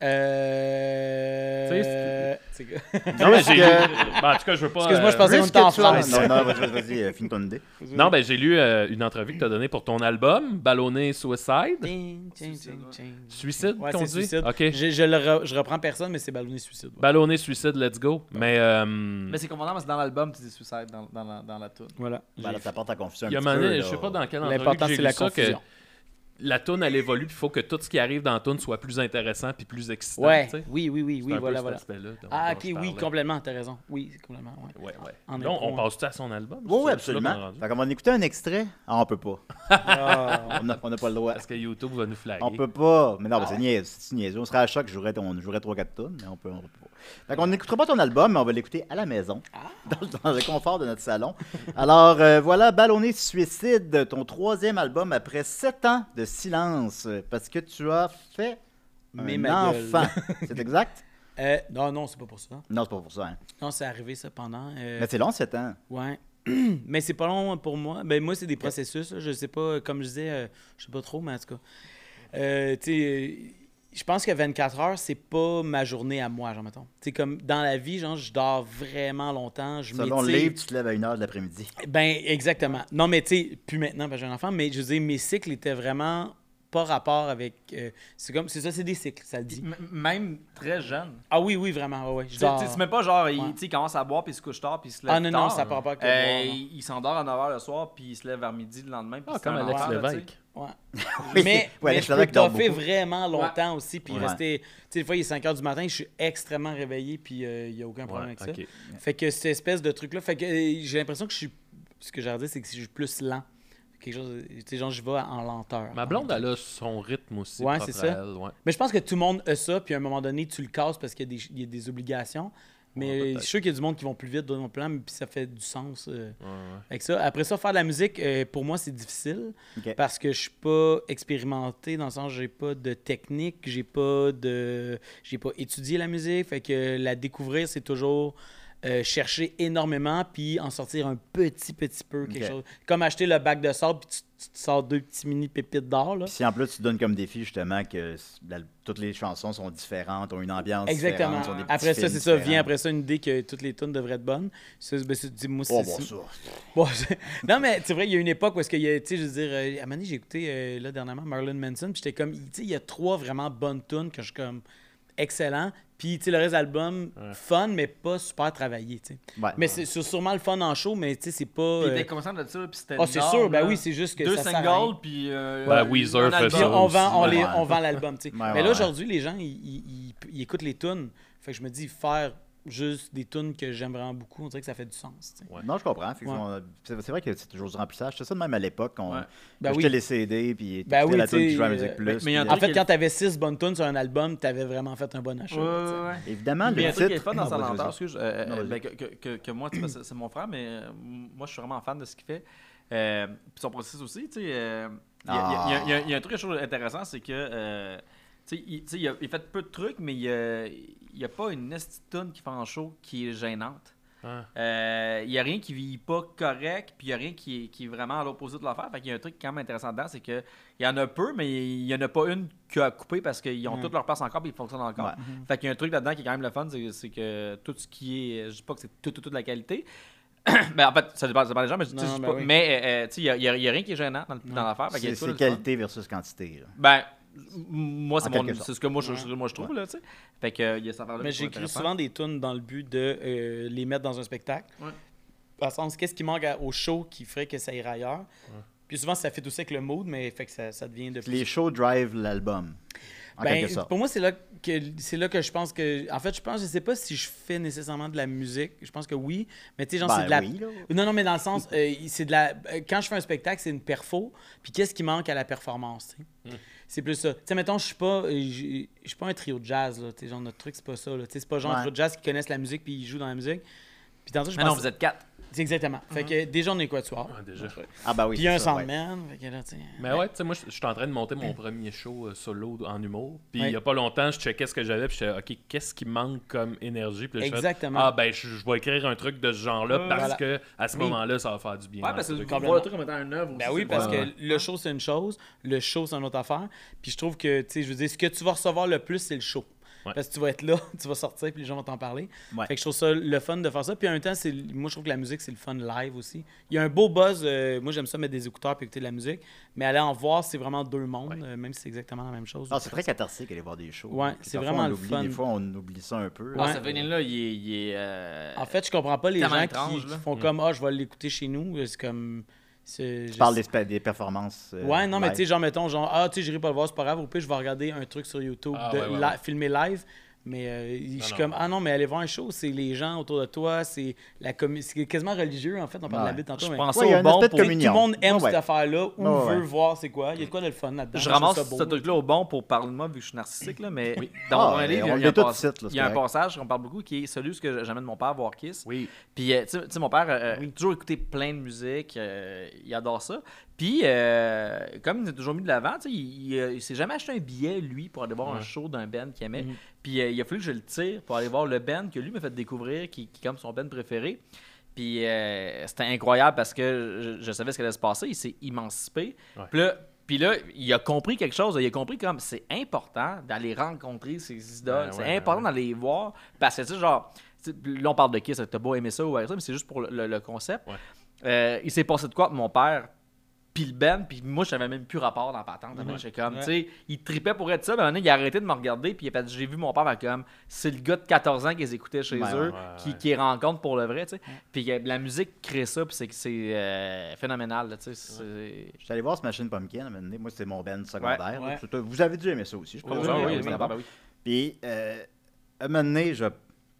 Euh... Tu sais, c'est que- Non, mais j'ai lu. que- Ben, en tout cas, je veux pas. Excuse-moi, je euh, pensais qu'on Risque était en tu as- France. Non, non, vas-y, vas-y, euh, finis ton idée. Non, ben j'ai lu euh, une entrevue que tu as donnée pour ton album, Ballonné Suicide. Ting, ting, ting, ting. Suicide, Ouais, qu'on c'est dit? suicide. OK. Je, je, le re- je reprends personne, mais c'est ballonné suicide. ouais. Ballonné Suicide, let's go. Mais euh, Mais c'est convenant, parce que dans l'album, tu dis suicide dans, dans, la, dans la tune. Voilà. Ben, là, ça porte à confusion un il y a un petit moment peu, donné, là. je sais pas dans quelle entrevue L'important, que j'ai c'est lu la ça, que confusion. la toune, elle évolue, puis il faut que tout ce qui arrive dans la toune soit plus intéressant puis plus excitant. Ouais, tu sais. oui, oui, oui, C'est oui, un peu voilà, cet voilà. aspect-là dont- Ah, dont ok, je oui, parlais. complètement, t'as raison. Oui, complètement, ouais. Ouais, ouais. En Là, on, impro, on ouais. passe-tu à son album? Oui, C'est- oui, c'est là absolument. qu'on est rendu? Fait qu'on va en écouter un extrait. Ah, on peut pas. Ah. On n'a on n'a pas le droit. Parce que YouTube va nous flaguer. On peut pas. Mais non, Ah mais c'est ouais? niaiseux. C'est niaiseux. On serait à choc, je jouerais, on jouerait trois quatre tonnes, mais on peut, on peut pas. Fait qu'on n'écoutera pas ton album, mais on va l'écouter à la maison, dans, dans le confort de notre salon. Alors, euh, voilà, Ballonné Suicide, ton troisième album après sept ans de silence, euh, parce que tu as fait Mais un ma gueule. enfant. C'est exact? Euh, non, non, c'est pas pour ça. Non, c'est pas pour ça. Hein. Non, c'est arrivé ça pendant. euh, Mais c'est long, sept ans. Ouais. Mais c'est pas long pour moi. Ben moi, c'est des processus. là. Je sais pas, comme je disais, euh, je sais pas trop, mais en tout cas. Euh, tu sais, euh, je pense que vingt-quatre heures, c'est pas ma journée à moi, genre, mettons. Tu sais, comme dans la vie, genre, je dors vraiment longtemps. Je Selon le m'étire. livre, tu te lèves à une heure de l'après-midi. Ben, exactement. Non, mais tu sais, plus maintenant, parce que j'ai un enfant, mais je veux dire, mes cycles étaient vraiment pas rapport avec... euh, c'est comme, c'est ça, c'est des cycles, ça le dit. M- Même très jeune. Ah oui, oui, vraiment, ouais, ouais. Tu sais, Genre- tu sais, c'est même pas genre, il, Ouais. tu sais, il commence à boire, puis il se couche tard, puis il se lève Ah non, non, tard. ça part pas avec le Euh, boire, non. il il s'endort à neuf heures le soir, puis il se lève vers midi le lendemain. puis Ah, c'est comme un Alex enfer, là, tu sais. Lévesque. Ouais. Oui, mais ouais, mais Alex je peux Lévesque dort toffer beaucoup. vraiment longtemps aussi, puis Ouais. rester... Tu sais, des fois, il est cinq heures du matin, je suis extrêmement réveillé, puis euh, il n'y a aucun problème Ouais, avec ça. ok. Fait que cette espèce de truc-là, fait que euh, j'ai l'impression que je suis... Ce que j'ai dit, c'est que je suis plus lent. Quelque chose... Tu sais, genre, je vais en lenteur. Ma blonde, elle a son rythme aussi. Ouais, propre c'est à ça. elle, ouais. Mais je pense que tout le monde a ça, puis à un moment donné, tu le casses parce qu'il y a des, il y a des obligations. Mais Ouais, je peut-être. suis sûr qu'il y a du monde qui vont plus vite, d'autres vont plus lent, mais puis ça fait du sens euh, Ouais, ouais. avec ça. Après ça, faire de la musique, euh, pour moi, c'est difficile Ok. parce que je suis pas expérimenté dans le sens j'ai pas de technique, j'ai pas de j'ai pas étudié la musique, fait que la découvrir, c'est toujours euh, chercher énormément puis en sortir un petit petit peu quelque Ok. chose. Comme acheter le bac de sable puis tu, tu te sors deux petits mini pépites d'or là. Puis si en plus tu donnes comme défi justement que la- toutes les chansons sont différentes, ont une ambiance Exactement. différente, sont des petits Après ça, films c'est ça. Vient différents. après ça une idée que toutes les tunes devraient être bonnes. Ça, ben, c'est- dis- moi, c'est, Oh, bon, c'est- ça. bon, c'est- non, mais c'est vrai, il y a une époque où est-ce qu'il y a, tu sais, je veux dire, euh, à un moment donné, j'ai écouté euh, là dernièrement Marilyn Manson, puis j'étais comme, tu sais, il y a trois vraiment bonnes tunes que je suis comme excellent. Puis, tu sais, le reste de l'album, Ouais. fun, mais pas super travaillé, tu sais. Ouais. Mais c'est, c'est sûrement le fun en show, mais tu sais, c'est pas. Puis il euh, était conscient de ça, puis c'était Ah, c'est énorme, sûr, ben là. oui, c'est juste que Deux ça sert à rien. singles, puis euh, Ben, un Weezer fait album. Puis ça on aussi, vend, on, ouais. les, on vend l'album, tu sais. Ouais, mais ouais, là, ouais. aujourd'hui, les gens, ils, ils- ils- ils écoutent les tunes. Fait que je me dis, faire juste des tunes que j'aime vraiment beaucoup, on dirait que ça fait du sens, tu sais. Ouais. Non, je comprends. Effectivement. C'est c'est vrai que c'est toujours du remplissage. C'est ça de même à l'époque. On Ouais. Ben achetait oui. les C D puis Ben t'écoutais oui, la tune tu qui sais, jouait à euh, Musique Plus. mais- mais il y a un puis, En truc fait, qui est- quand t'avais six bonnes tunes sur un album, t'avais vraiment fait un bon achat. Ouais, là, tu sais. ouais, ouais. évidemment, Il y a le un truc qui est titre... fun dans Ah, sa vas-y, lenteur, vas-y. excuse, euh, Non, euh, vas-y. ben, que, que, que, que moi, tu sais, c'est c'est mon frère, mais euh, moi, je suis vraiment fan de ce qu'il fait. Euh, puis son processus aussi, tu sais, euh, il y a- il y a- il y a- il y a- il y a un truc, je trouve intéressant, c'est que, euh, tu sais, il, tu sais, il a, il a fait peu de trucs, mais il n'y a, a pas une estitoune qui fait en show qui est gênante. Ah. Euh, Il n'y a rien qui vit pas correct, puis il n'y a rien qui est, qui est vraiment à l'opposé de l'affaire. Fait qu'il y a un truc quand même intéressant dedans, c'est que il y en a peu, mais il n'y en a pas une qui a coupé parce qu'ils ont Mm. toute leur place encore et ils fonctionnent encore. Ouais. Fait qu'il y a un truc là-dedans qui est quand même le fun, c'est, c'est que tout ce qui est. Je dis pas que c'est tout, tout, toute la qualité. Mais en fait, ça dépend, ça dépend des gens, mais, tu sais, Non, je dis ben pas- oui. mais euh, tu sais, il n'y a, il y a- il y a rien qui est gênant dans, le- dans l'affaire. Fait qu'il y a C'est tout c'est le fun. qualité versus quantité. là. Ben, m- moi, c'est, En mon, quelque sorte. c'est ce que moi, je, moi, je trouve, là, tu sais. Fait que, euh, il y a cette affaire-là Mais qui est j'écris intéressante. souvent des tunes dans le but de euh, les mettre dans un spectacle. Ouais. Dans le sens, qu'est-ce qui manque à- au show qui ferait que ça irait ailleurs. Puis souvent, ça fait aussi avec le mood, mais fait que ça, ça devient de plus. Les shows drive l'album. En Ben, quelque sorte. pour moi, c'est là que c'est là que je pense que. En fait, je pense, je sais pas si je fais nécessairement de la musique. Je pense que oui. Mais tu sais, genre, Ben c'est de la. oui, là. Non, non, mais dans le sens, euh, c'est de la. euh, Quand je fais un spectacle, c'est une perfo. Puis qu'est-ce qui manque à la performance, tu sais? C'est plus ça. Tu sais, mettons, je suis pas. euh, Je je suis pas un trio de jazz, là. Tu sais, genre, notre truc, c'est pas ça, là. Tu sais, c'est pas genre un Ouais. trio de jazz qui connaissent la musique puis ils jouent dans la musique. Puis tantôt, je Mais non, pense. vous êtes quatre. C'est exactement. Fait que déjà, on est quatuor. Ouais, déjà. Ah, bah oui. Puis il y a un c'est ça, ouais. soundman. Fait que là, tu sais. Mais ouais, tu sais, moi, je je suis en train de monter mon premier show euh, solo en humour. Puis il Ouais. y a pas longtemps, je checkais ce que j'avais. Puis j'étais, OK, qu'est-ce qui manque comme énergie? Puis là, je fais, Exactement. ah, ben, je, je vais écrire un truc de ce genre-là Ouais, parce voilà. que à ce Oui. moment-là, ça va faire du bien. Ouais, dans parce que le tu truc. vois le truc comme étant une œuvre aussi. Ben oui, c'est parce le Ouais, que ouais. le show, c'est une chose, le show, c'est une autre affaire. Puis je trouve que, tu sais, je veux dire, ce que tu vas recevoir le plus, c'est le show. Ouais. Parce que tu vas être là, tu vas sortir, puis les gens vont t'en parler. Ouais. Fait que je trouve ça le fun de faire ça. Puis en même temps, c'est, moi, je trouve que la musique, c'est le fun live aussi. Il y a un beau buzz. euh, moi, j'aime ça mettre des écouteurs puis écouter de la musique. Mais aller en voir, c'est vraiment deux mondes, Ouais. euh, même si c'est exactement la même chose. Ah, c'est très cathartique aller voir des shows. Ouais, Puis c'est parfois, vraiment on le oublie, fun. Des fois, on oublie ça un peu. Ah, Ouais. ce vinyle-là, il est. il est, euh, En fait, je comprends pas les tellement gens étrange, qui, là. qui font comme « Ah, je vais l'écouter chez nous ». C'est comme... c'est- Tu je parles sais- des, spe- des performances. euh, Ouais, non, mais live. tu sais, genre, mettons, genre, ah, tu sais, j'irai pas le voir, c'est pas grave. Au pire, je vais regarder un truc sur YouTube, Ah, de, ouais, ouais, la- ouais. filmé live. Mais euh, je suis non. comme, ah non, mais aller voir un show, c'est les gens autour de toi, c'est la commu- c'est quasiment religieux, en fait. On parle de la Ouais. Bible tantôt. Je mais prends ça Ouais, il y a au un bon aspect de pour. tu sais, tout le communion. monde aime Ouais, ouais. cette affaire-là ou Ouais, ouais. veut voir c'est quoi. Il y a de quoi de le fun là-dedans. Je trouve ramasse ça beau. ce truc-là au bon pour parler de moi, vu que je suis narcissique, là, mais dans Ah, un mais livre, on il y a, le dit tout un, de suite, là, il y a un c'est correct. passage qu'on parle beaucoup qui est celui où j'amène mon père voir Kiss. Oui. Puis, euh, tu sais- tu sais, mon père euh, a toujours écouté plein de musique, euh, il adore ça. Puis, euh, comme il a toujours mis de l'avant, tu sais, il, il, euh, il s'est jamais acheté un billet, lui, pour aller voir un Ouais. show d'un band qu'il aimait. Mhm. Puis, euh, il a fallu que je le tire pour aller voir le band que lui m'a fait découvrir, qui, qui est comme son band préféré. Puis, euh, c'était incroyable parce que je, je savais ce qui allait se passer. Il s'est émancipé. Ouais. Puis là, puis là, il a compris quelque chose. Il a compris comme c'est important d'aller rencontrer ses idoles. Ouais, c'est ouais, important ouais. d'aller les voir. Parce que, tu sais, genre, tu sais, là, on parle de Kiss, t'as beau aimer ça ou avec ça, mais c'est juste pour le, le- le concept. Ouais. Euh, il s'est passé de quoi avec mon père? puis le band, puis moi, j'avais même plus rapport dans la patente. Mhm. J'étais comme, Ouais. tu sais, il tripait pour être ça, mais un moment donné, il a arrêté de me regarder, puis il a fait, j'ai vu mon père faire comme, c'est le gars de quatorze ans qui les écoutait chez Ouais, eux, ouais, qui, ouais. qui les rencontre pour le vrai, tu sais. Puis euh, la musique crée ça, puis c'est, c'est euh, phénoménal, là, tu sais. c'est- Je suis allé voir Smashing Pumpkin, à un moment donné. Moi, c'était mon band secondaire. Ouais. là. C'était- Vous avez dû aimer ça aussi, je pense. Oui, que oui, vous oui, avez évidemment, d'abord. ben oui. Puis, euh, à un moment donné, je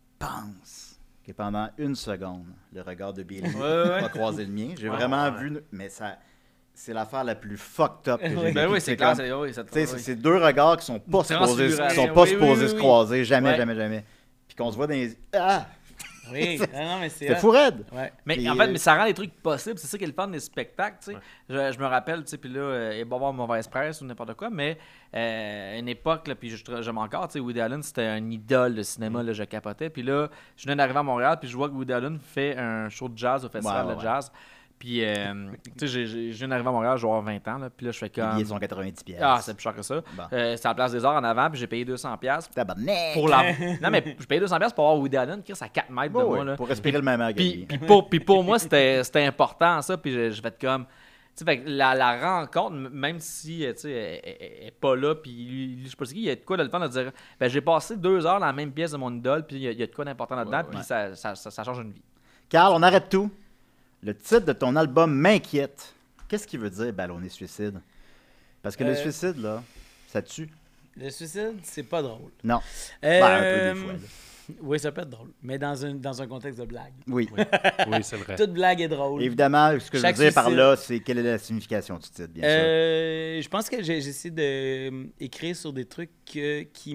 pense que pendant une seconde, le regard de Billy Ouais, ouais. a croisé le mien. J'ai Ouais, vraiment ouais. vu... Mais ça, c'est l'affaire la plus fucked up que j'ai Oui. vécue. Ben oui, c'est clair, comme- c'est, oui, ça Tu sais, oui. c'est c'est deux regards qui sont pas supposés, qui Transfiguration. sont pas Oui, supposés oui, se oui, croiser. Jamais, Ouais. jamais, jamais. Puis qu'on se voit dans les... Ah! Oui, non, non, mais c'est. C'était hot. fou raide. Ouais. Mais Puis, en fait, euh, mais ça rend les trucs possibles. C'est ça qui est le fun des spectacles, tu sais. Ouais. Je, je me rappelle, tu sais, puis là, euh, il va y avoir Mauvaise Presse ou n'importe quoi, mais euh, à une époque, là, puis je j'aime encore, tu sais, Woody Allen, c'était un idole de cinéma, là, je capotais. Puis là, je viens d'arriver à Montréal, puis je vois que Woody Allen fait un show de jazz au Festival Ouais, de ouais. jazz. Puis, euh, tu sais, j'ai- j'ai- je viens d'arriver à Montréal, je vais avoir vingt ans, là, puis là, je fais Les comme... billets sont quatre-vingt-dix pièces. Ah, c'est plus cher que ça. Bon. Euh, c'est à la Place des Arts en avant, puis j'ai payé deux cents piastres Tabarnak! pour la... Non, mais j'ai payé deux cents piastres pour avoir Woody Allen, Chris, à quatre mètres de Ouais, moi, ouais, là. pour respirer le même air que Puis, lui. puis pour, puis pour moi, c'était c'était important, ça. Puis je, je vais être comme... Tu sais, fait que la, la rencontre, m- même si, euh, tu sais, elle- elle elle est pas là, puis lui, je sais pas c'est qui, il y a de quoi de le fun de dire, ben j'ai passé deux heures dans la même pièce de mon idole, puis il y a, il y a de quoi d'important là-dedans, Ouais, puis ouais. ça, ça, ça, ça change une vie. Carl, on arrête tout. Le titre de ton album m'inquiète. Qu'est-ce qu'il veut dire, ballonner suicide? Parce que le Euh, suicide, là, ça tue. Le suicide, c'est pas drôle. Non. Euh, Ben, un peu des fois. là. Oui, ça peut être drôle, mais dans un, dans un contexte de blague. Oui. Oui, c'est vrai. Toute blague est drôle. Évidemment, ce que Chaque je veux dire par suicide- là, c'est quelle est la signification du titre, bien sûr. Euh, je pense que j'ai j'ai essayé d'écrire sur des trucs euh, qui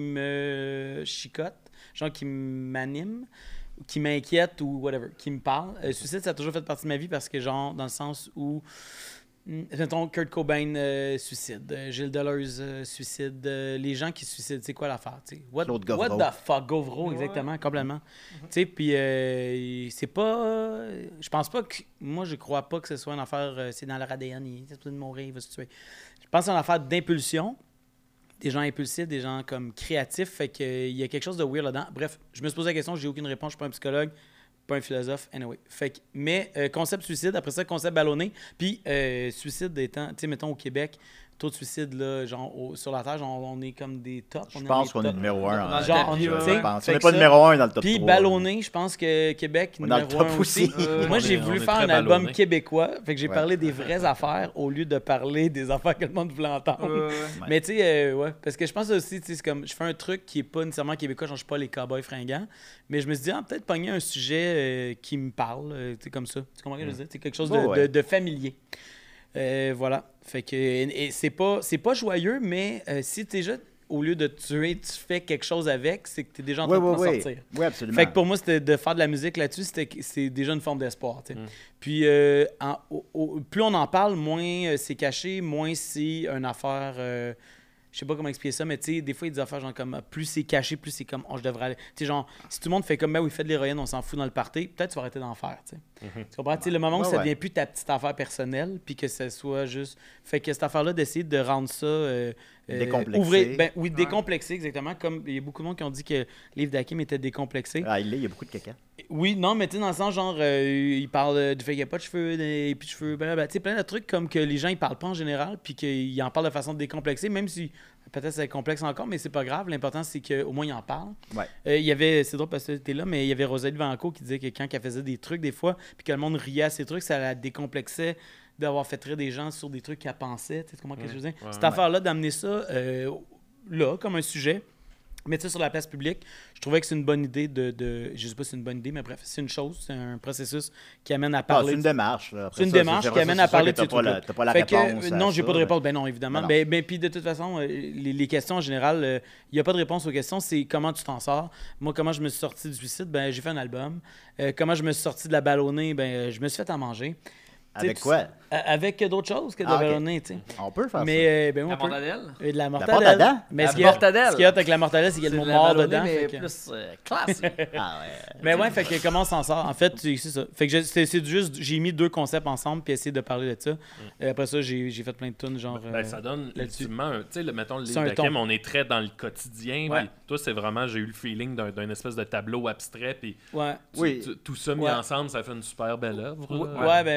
me chicotent, genre qui m'animent, ou qui m'inquiètent ou whatever, qui me parlent. Euh, suicide, ça a toujours fait partie de ma vie parce que, genre, dans le sens où, hmm, mettons, Kurt Cobain euh, suicide, euh, Gilles Deleuze euh, suicide, euh, les gens qui se suicident, c'est quoi l'affaire, tu sais? What, Claude what Gauvreau. the fuck, Gauvreau, exactement, complètement. Tu sais, puis euh, c'est pas... Je pense pas que... Moi, je crois pas que ce soit une affaire... euh, c'est dans leur A D N, il est supposé de mourir, il va se tuer. Je pense que c'est une affaire d'impulsion. Des gens impulsifs, des gens comme créatifs. Fait qu'il y a quelque chose de weird là-dedans. Bref, je me suis posé la question, j'ai aucune réponse, je suis pas un psychologue, pas un philosophe, anyway. Fait que, mais euh, concept suicide, après ça, concept ballonné. Puis euh, suicide étant, tu sais, mettons au Québec, taux de suicide, là, genre, au- sur la Terre, genre, on est comme des tops. Je on pense des qu'on est tops. numéro un. Dans en le Genre, top, on est, je je tu sais, pense. fait On n'est que pas ça- numéro un dans le top Puis trois. ballonné, je pense que Québec, On est dans le numéro top un aussi. Euh, Moi, on j'ai est- voulu on est faire très un album ballonné. québécois. Fait que j'ai Ouais. parlé des vraies affaires au lieu de parler des affaires que le monde voulait entendre. Mais tu sais, euh, ouais. Parce que je pense aussi, tu sais, c'est comme, je fais un truc qui est pas nécessairement québécois, genre je suis pas les cowboys fringants. Mais je me suis dit, ah, peut-être pogner un sujet euh, qui me parle, euh, tu sais, comme ça. Tu comprends ce que je veux dire? C'est quelque chose de, Ouais, ouais. de- de familier. Euh, voilà. Fait que et, et c'est pas c'est pas joyeux, mais euh, si t'es déjà, au lieu de tuer, tu fais quelque chose avec, c'est que t'es déjà en train Oui, de oui, t'en oui. sortir. Oui, absolument. Fait que pour moi, c'était de faire de la musique là-dessus, c'était c'est déjà une forme d'espoir. tu sais. Mm. Puis euh, en- au- au- plus on en parle, moins euh, c'est caché, moins c'est une affaire. euh, je sais pas comment expliquer ça, mais tu sais, des fois, il y a des affaires genre comme plus c'est caché, plus c'est comme oh, je devrais aller. Tu sais, genre, si tout le monde fait comme ben oui, fait de l'héroïne, on s'en fout dans le party, peut-être tu vas arrêter d'en faire. Tu sais. Tu comprends? Tu sais, le moment où Ouais, ça ouais. devient plus ta petite affaire personnelle, puis que ça soit juste. Fait que cette affaire-là, d'essayer de rendre ça. euh, euh, Décomplexé. ouvrir- ben, oui, décomplexé, exactement. Comme il y a beaucoup de monde qui ont dit que le livre d'Hakim était décomplexé. Ah, il, est, il y a beaucoup de caca. Oui, non, mais tu sais, dans le sens, genre, euh, il parle euh, du fait qu'il n'y a pas de cheveux, des, puis de cheveux, blablabla. Tu sais, plein de trucs comme que les gens, ils parlent pas en général, puis qu'ils en parlent de façon décomplexée, même si peut-être c'est complexe encore, mais c'est pas grave. L'important, c'est qu'au moins, ils en parlent. Ouais. Euh, il y avait, c'est drôle parce que t'es là, mais il y avait Rosalie Vanco qui disait que quand elle faisait des trucs, des fois, puis que le monde riait à ces trucs, ça la décomplexait d'avoir fait rire des gens sur des trucs qu'elle pensait. Tu sais comment que je veux dire? Ouais. Cette affaire-là, d'amener ça euh, là, comme un sujet, mettre ça sur la place publique, je trouvais que c'est une bonne idée de, de. Je sais pas si c'est une bonne idée, mais bref, c'est une chose, c'est un processus qui amène à Ah, parler. c'est une démarche. là. Après C'est une ça, démarche c'est- qui c'est amène sûr à parler que de ces t'as pas la- trucs-là. T'as pas la Fait que, réponse. euh, à non, j'ai ça, pas de là. réponse. Ben non, évidemment. Ben non. Ben, ben, puis de toute façon, euh, les, les questions en général, euh, il n'y a pas de réponse aux questions. C'est comment tu t'en sors. Moi, comment je me suis sorti du suicide? Ben, j'ai fait un album. Euh, comment je me suis sorti de la ballonnée? Ben, je me suis fait à manger. Avec Tu sais, quoi? tu- a- Avec d'autres choses que de Ah, la ok. ballonnée, tu sais. On peut faire Mais, euh, ben, oui, La on peut. mortadelle? Et de la pâte à mortadelle. dents? Mais La ce qu'il y a- mortadelle. ce qu'il y a avec la mortadelle, c'est qu'il y a le C'est mot de la mort ballonnée, dedans. mais fait que- plus euh, classe. ça. Ah ouais. Mais ouais, fait que comment on s'en sort? En fait, c'est c'est ça. Fait que je- c'est c'est juste, j'ai mis deux concepts ensemble puis essayé de parler de ça. Et après ça, j'ai j'ai fait plein de tunes, genre. Ben, euh, ça donne là-dessus. ultimement, un- tu sais, le- mettons le C'est livre un d'Hakim, ton. on est très dans le quotidien. Ouais. Puis toi, c'est vraiment, j'ai eu le feeling d'un d'un espèce de tableau abstrait. Puis Ouais. tu- Oui. tu- tout ça mis Ouais. ensemble, ça fait une super belle œuvre. Ouais, là. ouais, ben ouais, moi je suis un,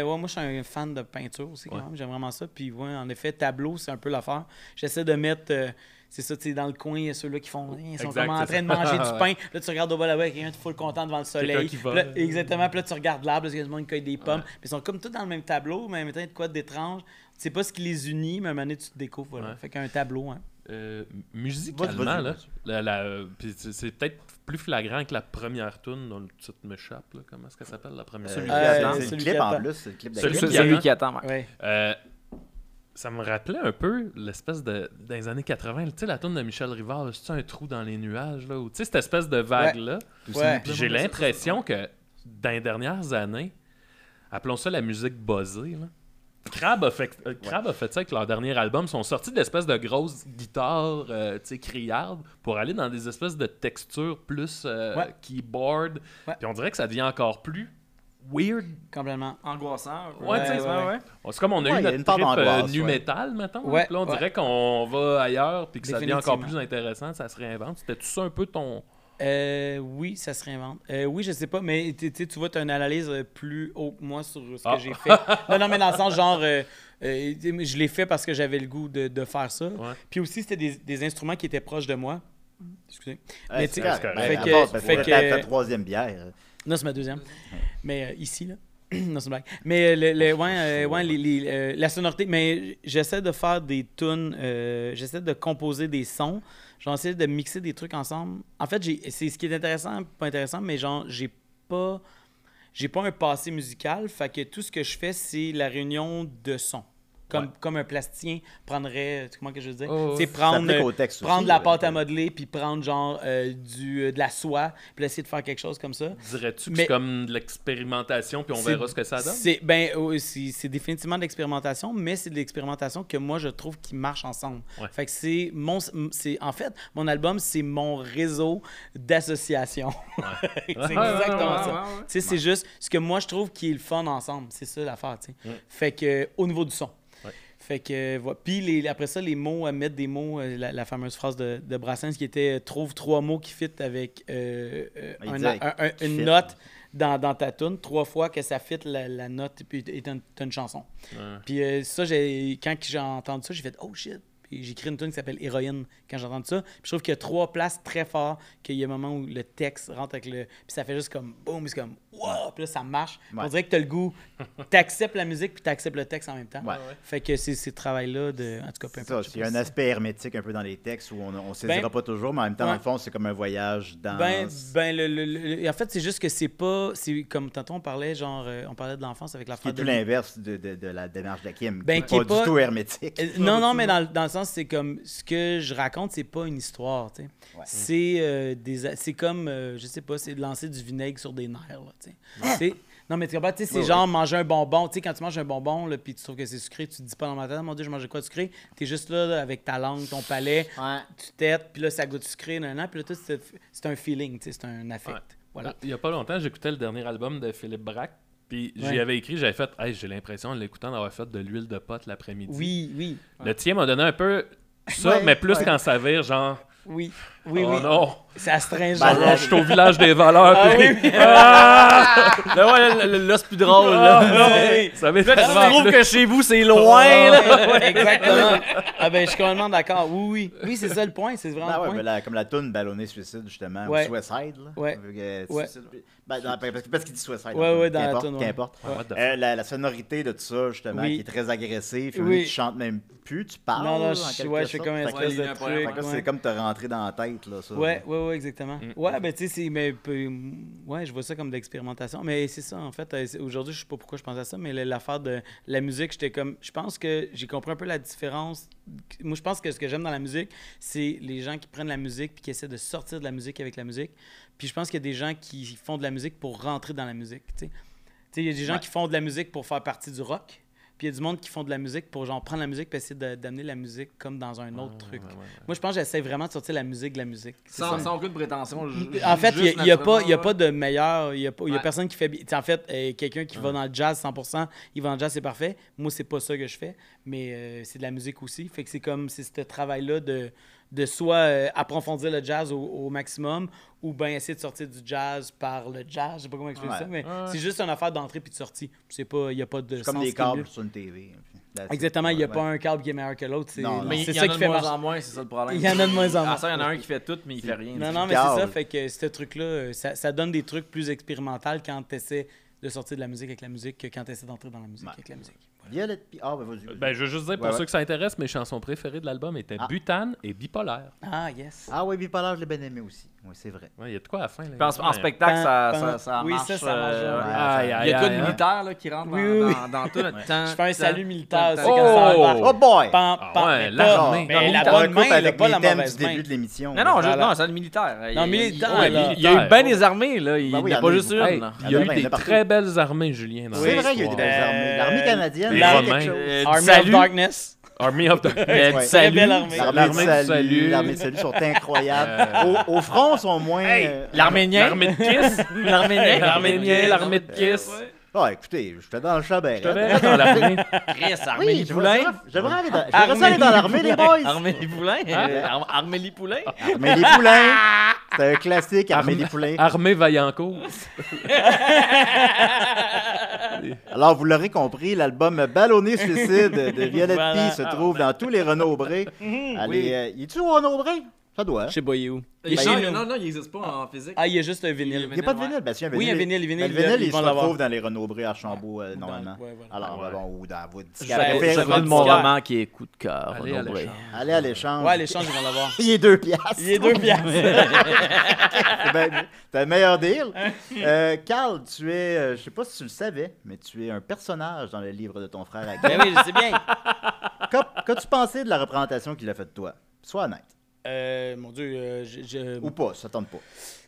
un fan de peinture aussi, quand Ouais. même. J'aime vraiment ça. Puis, ouais, en effet, tableau, c'est un peu l'affaire. J'essaie de mettre, euh, c'est ça, tu sais, dans le coin, il y a ceux-là qui font, ils sont Exact, comme en c'est train de ça. manger du Ouais. pain. Là, tu regardes au bas là-bas, quelqu'un full content devant le soleil. Quelqu'un qui Puis vole. là, exactement. Puis là, tu regardes l'arbre, parce qu'il y a du monde qui cueille des pommes. Ouais. Mais ils sont comme tous dans le même tableau, mais en même temps, il y a de quoi d'étrange. Tu sais pas ce qui les unit, mais à un moment donné, tu te découvres. Voilà. Ouais. Fait qu'un tableau, hein. Euh, Vas-y, musicalement, vas-y, là, vas-y. la, la- euh, puis c'est c'est peut-être plus flagrant que la première tune dont le titre m'échappe. Là. Comment est-ce qu'elle s'appelle, la première? Celui Euh, qui attend. c'est Celui le qui clip en attend. plus, c'est le clip de Celui clip. qui Celui attend. qui attend, ouais. Ouais. Euh, ça me rappelait un peu l'espèce de... Dans les années quatre-vingt, tu sais, la tune de Michel Rivard, là, c'est-tu un trou dans les nuages, là? Ou tu sais, cette espèce de vague-là. Ouais. Puis j'ai l'impression que dans les dernières années, appelons ça la musique buzzée, là. Crab a, fait, euh, Crab a fait ça avec leur dernier album. Ils sont sortis de l'espèce de grosses guitares euh, tu sais, criardes pour aller dans des espèces de textures plus euh, Ouais. keyboard. Ouais. Puis on dirait que ça devient encore plus weird. Complètement. Angoissant. un peu. Ouais, tu sais, ouais, ouais, ouais. On- C'est comme on a Ouais, eu il y a notre une part trip euh, d'angoisse, nu ouais. metal, mettons. Ouais, Puis là, on ouais. dirait qu'on va ailleurs puis que ça devient encore Définitivement. plus intéressant, ça se réinvente. C'était tout ça un peu ton... Euh, oui, ça se réinvente. Euh, oui, je sais pas, mais tu tu sais, tu vois, tu as une analyse euh, plus haut que moi sur ce que Ah. j'ai fait. Non, non, mais dans le sens, genre, euh, euh, je l'ai fait parce que j'avais le goût de, de faire ça. Ouais. Puis aussi, c'était des, des instruments qui étaient proches de moi. Excusez. Ouais, Mais c'est tu- correct. fait Ben, que- à part, parce fait que que- ta- ta troisième bière. Non, c'est ma deuxième. Mais euh, ici, là. Non, c'est une blague. Mais euh, le, le- ouais, euh, ouais, les- les, euh, la sonorité. Mais j'essaie de faire des tunes. euh, j'essaie de composer des sons. J'essaie de mixer des trucs ensemble. En fait, j'ai- c'est ce qui est intéressant, pas intéressant, mais genre, j'ai pas. J'ai pas un passé musical. Fait que tout ce que je fais, c'est la réunion de sons. Comme, Ouais. comme un plasticien prendrait. Comment que je veux dire? Oh, c'est ça prendre, s'applique euh, au texte prendre aussi, la là. pâte à modeler, puis prendre genre euh, du, euh, de la soie, puis essayer de faire quelque chose comme ça. Dirais-tu que Mais- c'est comme de l'expérimentation puis on C'est- verra ce que ça donne? C'est ben, oui, c'est c'est définitivement de l'expérimentation, mais c'est de l'expérimentation que moi je trouve qui marche ensemble. Ouais. Fait que c'est mon, c'est en fait mon album, c'est mon réseau d'associations. c'est Ouais, ouais, exactement ouais, ça. ouais, ouais. Tu sais, c'est juste ce que moi je trouve qui est le fun ensemble. C'est ça l'affaire, tu sais. Mm. Fait que au niveau du son. Ouais. Fait que voilà. Puis les, après ça, les mots, à mettre des mots, euh, la, la fameuse phrase de, de Brassens qui était euh, trouve trois mots qui fit avec euh, euh, Il un- dit un- un- une fit. note dans, dans ta tune, trois fois que ça fit la, la note, puis et t'as une, t'as une chanson. Ouais. Puis euh, ça, j'ai, quand j'ai entendu ça, j'ai fait oh shit. Puis j'ai écrit une tune qui s'appelle Héroïne quand j'ai entendu ça. Puis je trouve qu'il y a trois places très fortes, qu'il y a un moment où le texte rentre avec le. Puis ça fait juste comme boum, c'est comme wow. Puis là, ça marche. Puis Ouais. on dirait que t'as le goût. T'acceptes la musique, puis t'acceptes le texte en même temps. Ouais. Fait que c'est ce travail-là de. En tout cas, peu C'est ça, importe. je sais il y a pas un si- aspect hermétique un peu dans les textes où on ne saisira Ben, pas toujours, mais en même temps, dans ouais. le fond, c'est comme un voyage dans. Ben, ben le, le- le- en fait, c'est juste que c'est pas. C'est comme tantôt, on parlait, genre, euh, on parlait de l'enfance avec la qui est phrase tout de. l'inverse de, de, de la démarche de Kim. Ben, qui qui est est pas, pas- du tout hermétique. Euh, Non, non, mais dans, le- dans le sens, c'est comme ce que je raconte, c'est pas une histoire, tu sais. Ouais. C'est euh, des, a- c'est comme, euh, je sais pas, c'est de lancer du vinaigre sur des nerfs, là, tu sais. C'est- Non, mais tu comprends, tu sais, c'est Oui, genre manger un bonbon. Tu sais, quand tu manges un bonbon, là, puis tu trouves que c'est sucré, tu te dis pas dans ma tête, mon Dieu, je mangeais quoi de sucré? T'es juste là, là, avec ta langue, ton palais, Ouais. tu têtes, puis là, ça goûte sucré, nan, nan, puis là, tout, c'est c'est un feeling, tu sais, c'est un affect. Ouais. Voilà. Il y a pas longtemps, j'écoutais le dernier album de Philippe Braque. Puis j'y Ouais. avais écrit, j'avais fait hey, j'ai l'impression en l'écoutant d'avoir fait de l'huile de pote l'après-midi. Oui, oui, Le tien m'a donné un peu ça, Ouais, mais plus ouais. quand ça vire, genre oui, oui, oh oui. non, C'est astringent. Ben, genre. genre, je suis au village des voleurs. Ah puis- oui, oui. Là, ouais, le- le- là, c'est plus drôle. Là. Ah, Oui. ça m'est Là, tu tellement trouves plu. que chez vous, c'est loin. là. Ouais, exactement. Ah ben, je suis complètement d'accord. Oui, oui. Oui, c'est ça le point. C'est vraiment Ben le ouais, point. mais la- comme la toune Ballonné Suicide, justement, Ouais. ou Suicide, là. Ouais. Avec, euh, Ouais. suicide. Ben, dans- parce que- parce qu'il dit Suicide. Ouais, ouais, dans la qu'importe, toune, ouais. qu'importe. Ouais, what the Euh, la, la sonorité de tout ça, justement, Oui. qui est très agressive, puis Oui. tu chantes même plus, tu parles. Non, non, en je, quelque ouais, je fais sorte. comme un Fait que Ouais, espèce il y a de un truc. poème. Fait que là, ouais. c'est comme te rentrer dans la tête, là, ça. Ouais, ouais, ouais, exactement. Mm. Ouais, ben tu sais, c'est. Mais, peu- ouais, je vois ça comme de l'expérimentation. Mais c'est ça, en fait. euh, c'est- Aujourd'hui, je sais pas pourquoi je pensais à ça, mais le- l'affaire de la musique, j'étais comme. Je pense que j'ai compris un peu la différence. Moi, je pense que ce que j'aime dans la musique, c'est les gens qui prennent la musique puis qui essaient de sortir de la musique avec la musique. Puis je pense qu'il y a des gens qui font de la musique pour rentrer dans la musique, tu sais. Tu sais, il y a des gens Ouais. qui font de la musique pour faire partie du rock. Puis il y a du monde qui font de la musique pour genre prendre la musique et essayer de- d'amener la musique comme dans un autre truc. ouais, ouais, ouais. Moi, je pense que j'essaie vraiment de sortir la musique de la musique. C'est Sans, ça. sans aucune prétention. ju- En fait, il juste n'y a, pas- il y a naturellement, pas de meilleur. Il n'y a, pas- il y a Ouais. personne qui fait bien. Tu sais, en fait, euh, quelqu'un qui va dans le jazz cent pour cent, il va dans le jazz, c'est parfait. Moi, c'est pas ça que je fais, mais euh, c'est de la musique aussi. Fait que c'est comme c'est ce travail-là de, de soit euh, approfondir le jazz au, au maximum ou bien essayer de sortir du jazz par le jazz. Je sais pas comment expliquer Ouais. ça, mais Ouais. c'est juste une affaire d'entrée puis de sortie. C'est pas, il n'y a pas de C'est comme sens des câbles milieu. sur une T V. That's it. Exactement, il n'y a Ouais. pas un câble qui est meilleur que l'autre. C'est Non, non. Mais c'est il y ça en a qui de fait moins marcher. en moins, c'est ça le problème. Il y en a de moins en moins. Ah, ça, il y en a un qui fait tout, mais il fait rien. Non, non, mais Câble. c'est ça. Fait que ce truc-là, euh, ça, ça donne des trucs plus expérimentaux quand tu essaies de sortir de la musique avec la musique que quand tu essaies d'entrer dans la musique Ouais. avec la musique. Violette P. Ah, ben vas-y. vas-y. Ben, je veux juste dire, pour Ouais, ceux ouais. que ça intéresse, mes chansons préférées de l'album étaient Ah. Butane et Bipolaire. Ah, yes. Ah, oui, Bipolaire, je l'ai bien aimé aussi. Oui, c'est vrai. Ouais, il y a de quoi à la fin. Là. Puis en, en Ouais. spectacle, ça, Pan- ça, ça oui, marche. ça, ça marche, euh, ouais. ouais. Aïe, aïe, Il y a que aïe, de hein. militaires là, qui rentrent Oui, dans, oui, oui. dans, dans tout. le temps. Je fais un salut militaire. Tan, C'est tan, quand ça Oh! marche. Oh boy! Pan- Ah pan- ouais, mais l'armée. pas- Non, Mais mais la On bonne recoupe main, il a avec pas les la thèmes mauvaise du main. début de l'émission. Non, non, juste, Voilà. non, c'est le militaire. Il- Non, il- militaire, il- là. Il y a eu Militaire. bien des armées, là. Il Ben n'y oui, en il y a en pas a juste eu. une. Hey, là. puis il y a Il y en eu a des partout. très belles armées, Julien. dans C'est l'histoire. vrai qu'il y a eu des belles Euh, armées. L'armée canadienne, les c'est Romains. quelque chose. Euh, du Army of salut. Darkness. Army of the... Euh, du Ouais. salut. belle armée. L'armée L'armée du du salut, salut. l'armée du salut sont incroyables. Au, au front, sont moins. euh, L'arménien. L'armée de Kiss. L'arménien. L'arménien, l'armée de Kiss. Ah, écoutez, j'étais dans le chat ben Je te raide. verrais dans l'armée. Chris, Oui, Armélie j'aimerais Poulain. j'aimerais aller dans, j'aimerais ça aller dans l'armée, les boys. Armélie Poulain. euh, Ar- Armélie Poulain. Armélie Poulain. C'est un classique, Armélie Poulain. Armée Vaillancourt. Alors, vous l'aurez compris, l'album Ballonné Suicide de Violette Voilà. P se trouve dans tous les Renaud Bré. Allez, euh, il est-tu au Renaud Bré? Ça doit. Je sais pas, il est où. Il est non, chez nous. non, non, il n'existe pas en physique. Ah, il y a juste un vinyle. Il n'y a pas de vinyle. Ben, si, un Oui, vinyle. un vinyle, vinyle, Ben, le ils- vinyle, ils il se vont l'avoir. retrouve dans les Renaud Bré à Archambault, euh, normalement. ouais, voilà. Alors, Ouais. bon, ou dans votre Je disquaire vais- préférée, je vais votre de mon disquaire. roman qui est coup de cœur. Allez à Renaud Bré. l'échange. Allez à l'échange. Ouais, l'échange, ils vont l'avoir. Il est deux piastres. Il est deux piastres. C'est ben- T'as le meilleur deal. Euh, Carl, tu es, euh, je sais pas si tu le savais, mais tu es un personnage dans le livre de ton frère Hakim. Ben oui, je sais bien. Qu'a- Qu'as-tu pensé de la représentation qu'il a faite de toi? Sois honnête. Euh, mon Dieu, euh, je... je- Ou pas, ça tente pas.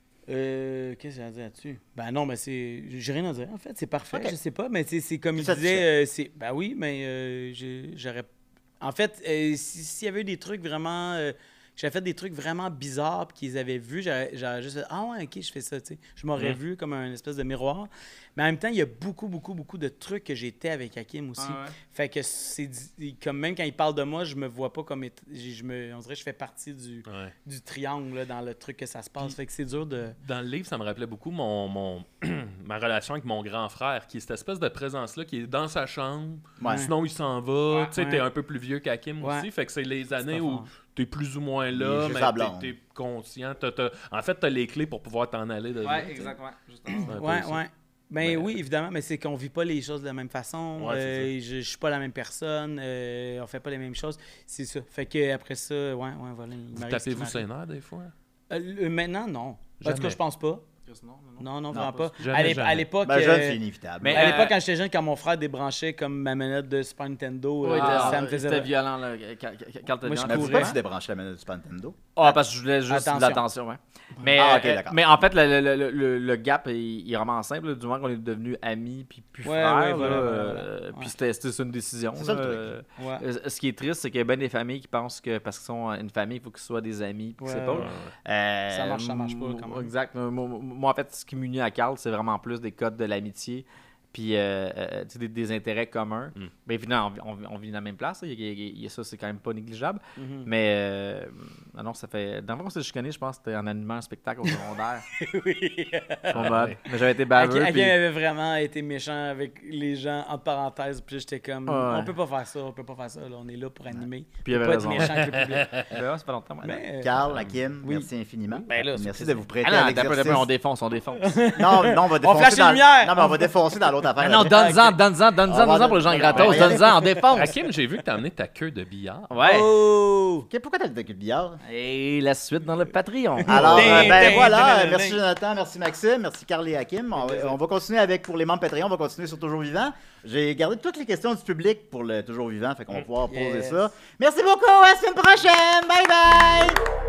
Euh, qu'est-ce que j'ai à dire là-dessus? Ben non, mais c'est... J'ai rien à dire, en fait. C'est parfait, Ok. je sais pas, mais c'est c'est comme il Ça te disait... euh, c'est... Ben oui, mais euh, j'ai- j'aurais... En fait, euh, si- s'il y avait eu des trucs vraiment... euh, j'avais fait des trucs vraiment bizarres puis qu'ils avaient vu, j'aurais j'aurais juste fait « Ah ouais, OK, je fais ça, tu sais. » Je m'aurais Mm. vu comme un espèce de miroir. Mais en même temps, il y a beaucoup, beaucoup, beaucoup de trucs que j'ai été avec Hakim aussi. Ah ouais. Fait que c'est... di- Comme même quand il parle de moi, je me vois pas comme... étant- Je me... On dirait que je fais partie du, Ouais. du triangle là, dans le truc que ça se passe. Puis- Fait que c'est dur de... Dans le livre, ça me rappelait beaucoup mon, mon ma relation avec mon grand frère, qui est cette espèce de présence-là, qui est dans sa chambre. Ouais. Sinon, il s'en va. Ouais. tu sais, Ouais. t'es un peu plus vieux qu'Hakim Ouais. aussi. Fait que c'est les années pas où fort. t'es plus ou moins Il est là, juste mais à t'es, blonde. t'es conscient. T'as- t'as- en fait, t'as les clés pour pouvoir t'en aller de là, Ouais, tu sais. exactement. Justement. C'est un peu Ouais, ça. ouais. Ben Mais- oui, évidemment, mais c'est qu'on vit pas les choses de la même façon. Ouais, c'est Euh, je, je suis pas la même personne. Euh, on fait pas les mêmes choses. C'est ça. Fait que après ça, ouais, ouais, voilà. il Vous m'arrive ce qui tapez-vous ses m'arrive. nerfs des fois? Euh, le- maintenant, non. En tout Jamais. cas, je pense pas. Non, non, non. Non, non, Non, vraiment pas pas. jamais, à l'ép- jamais. à l'époque, Ben, jeune, euh, c'est inévitable. mais- à Euh, l'époque, quand j'étais jeune, quand mon frère débranchait comme ma manette de Super Nintendo, Oui, euh, t'as- ça me faisait... C'était violent, là. Quand, quand- quand t'as Moi, je violent. Mais courais. pourquoi tu débranches la manette du Super Nintendo? Ah, parce que je voulais juste Attention. de l'attention, ouais. Mais, Ah, ok, euh, d'accord. mais en fait, le, le, le, le, le gap, il, il est vraiment simple. là, du moment qu'on est devenus amis puis plus Ouais, frères. ouais, là, voilà, voilà, euh, voilà. Puis Ouais. c'était c'était une décision. C'est ça, le là, truc. euh, Ouais. euh, Ce qui est triste, c'est qu'il y a bien des familles qui pensent que parce qu'ils sont une famille, il faut qu'ils soient des amis. Puis que Ouais, c'est pas. ouais. Euh, Ça marche, ça marche pas, m- quand même. Exact. Moi, moi, moi, en fait, ce qui m'unit à Carl, c'est vraiment plus des codes de l'amitié. Puis euh, euh, tu sais, des, des intérêts communs. Mm. Mais évidemment, on, vit- on vit dans la même place. là. Il y a- il y a- il y a ça, c'est quand même pas négligeable. Mhm. Mais euh, ah non, ça fait. Dans le fond, c'est je connais, je pense que c'était en animant un spectacle au secondaire. Oui. Mon mode. ouais. Mais j'avais été Hakim baveux. Hakim puis- avait vraiment été méchant avec les gens, entre parenthèses, puis j'étais comme, Ouais. on peut pas faire ça, on peut pas faire ça, là, on est là pour animer. Puis il On avait peut pas être raison. méchant avec le public. Ben ouais, ça fait longtemps. moi. Mais, euh, Carl, Hakim, oui. merci infiniment. Ben là, c'est merci plaisir. de vous prêter Ah non, à t'as un peu, t'as un peu, l'exercice. on défonce, on défonce. Non, non, on va défoncer flash les dans... lumières! Non, mais on va défoncer dans l'autre affaire. Ah non, donne-en, donne-en, donne-en, On va donne-en pour les gens donner- gratos. on va y aller. Donne-en, on défonce. Hakim, j'ai vu que t'as amené ta queue de billard. Ouais. Oh! Ok, pourquoi t'as le vécu de billard? Et la suite dans le Patreon. Alors, Ding, euh, ben ding, voilà, ding, ding, merci ding. Jonathan, merci Maxime, merci Carl et Hakim. On, va- on va continuer avec, pour les membres Patreon, on va continuer sur Toujours Vivant. J'ai gardé toutes les questions du public pour le Toujours Vivant, fait qu'on va pouvoir poser Yes. ça. Merci beaucoup, à la semaine prochaine, bye bye!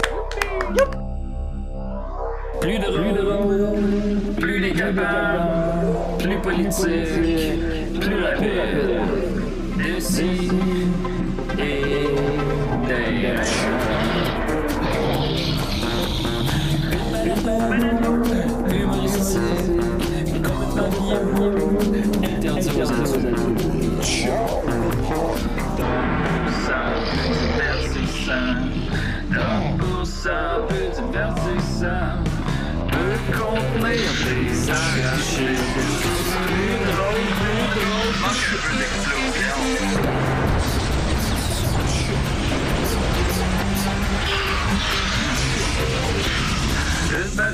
Plus de rôle, plus les capables, plus politique, plus rapide. D'ici et d'ailleurs. Humoristique, complètement bien, interdit aux adultes. Ça, divertissant, donc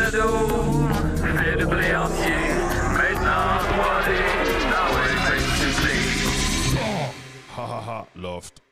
balado, fait de blé entier, maintenant trois D, dans le fait du blé. Ha ha ha, Loft.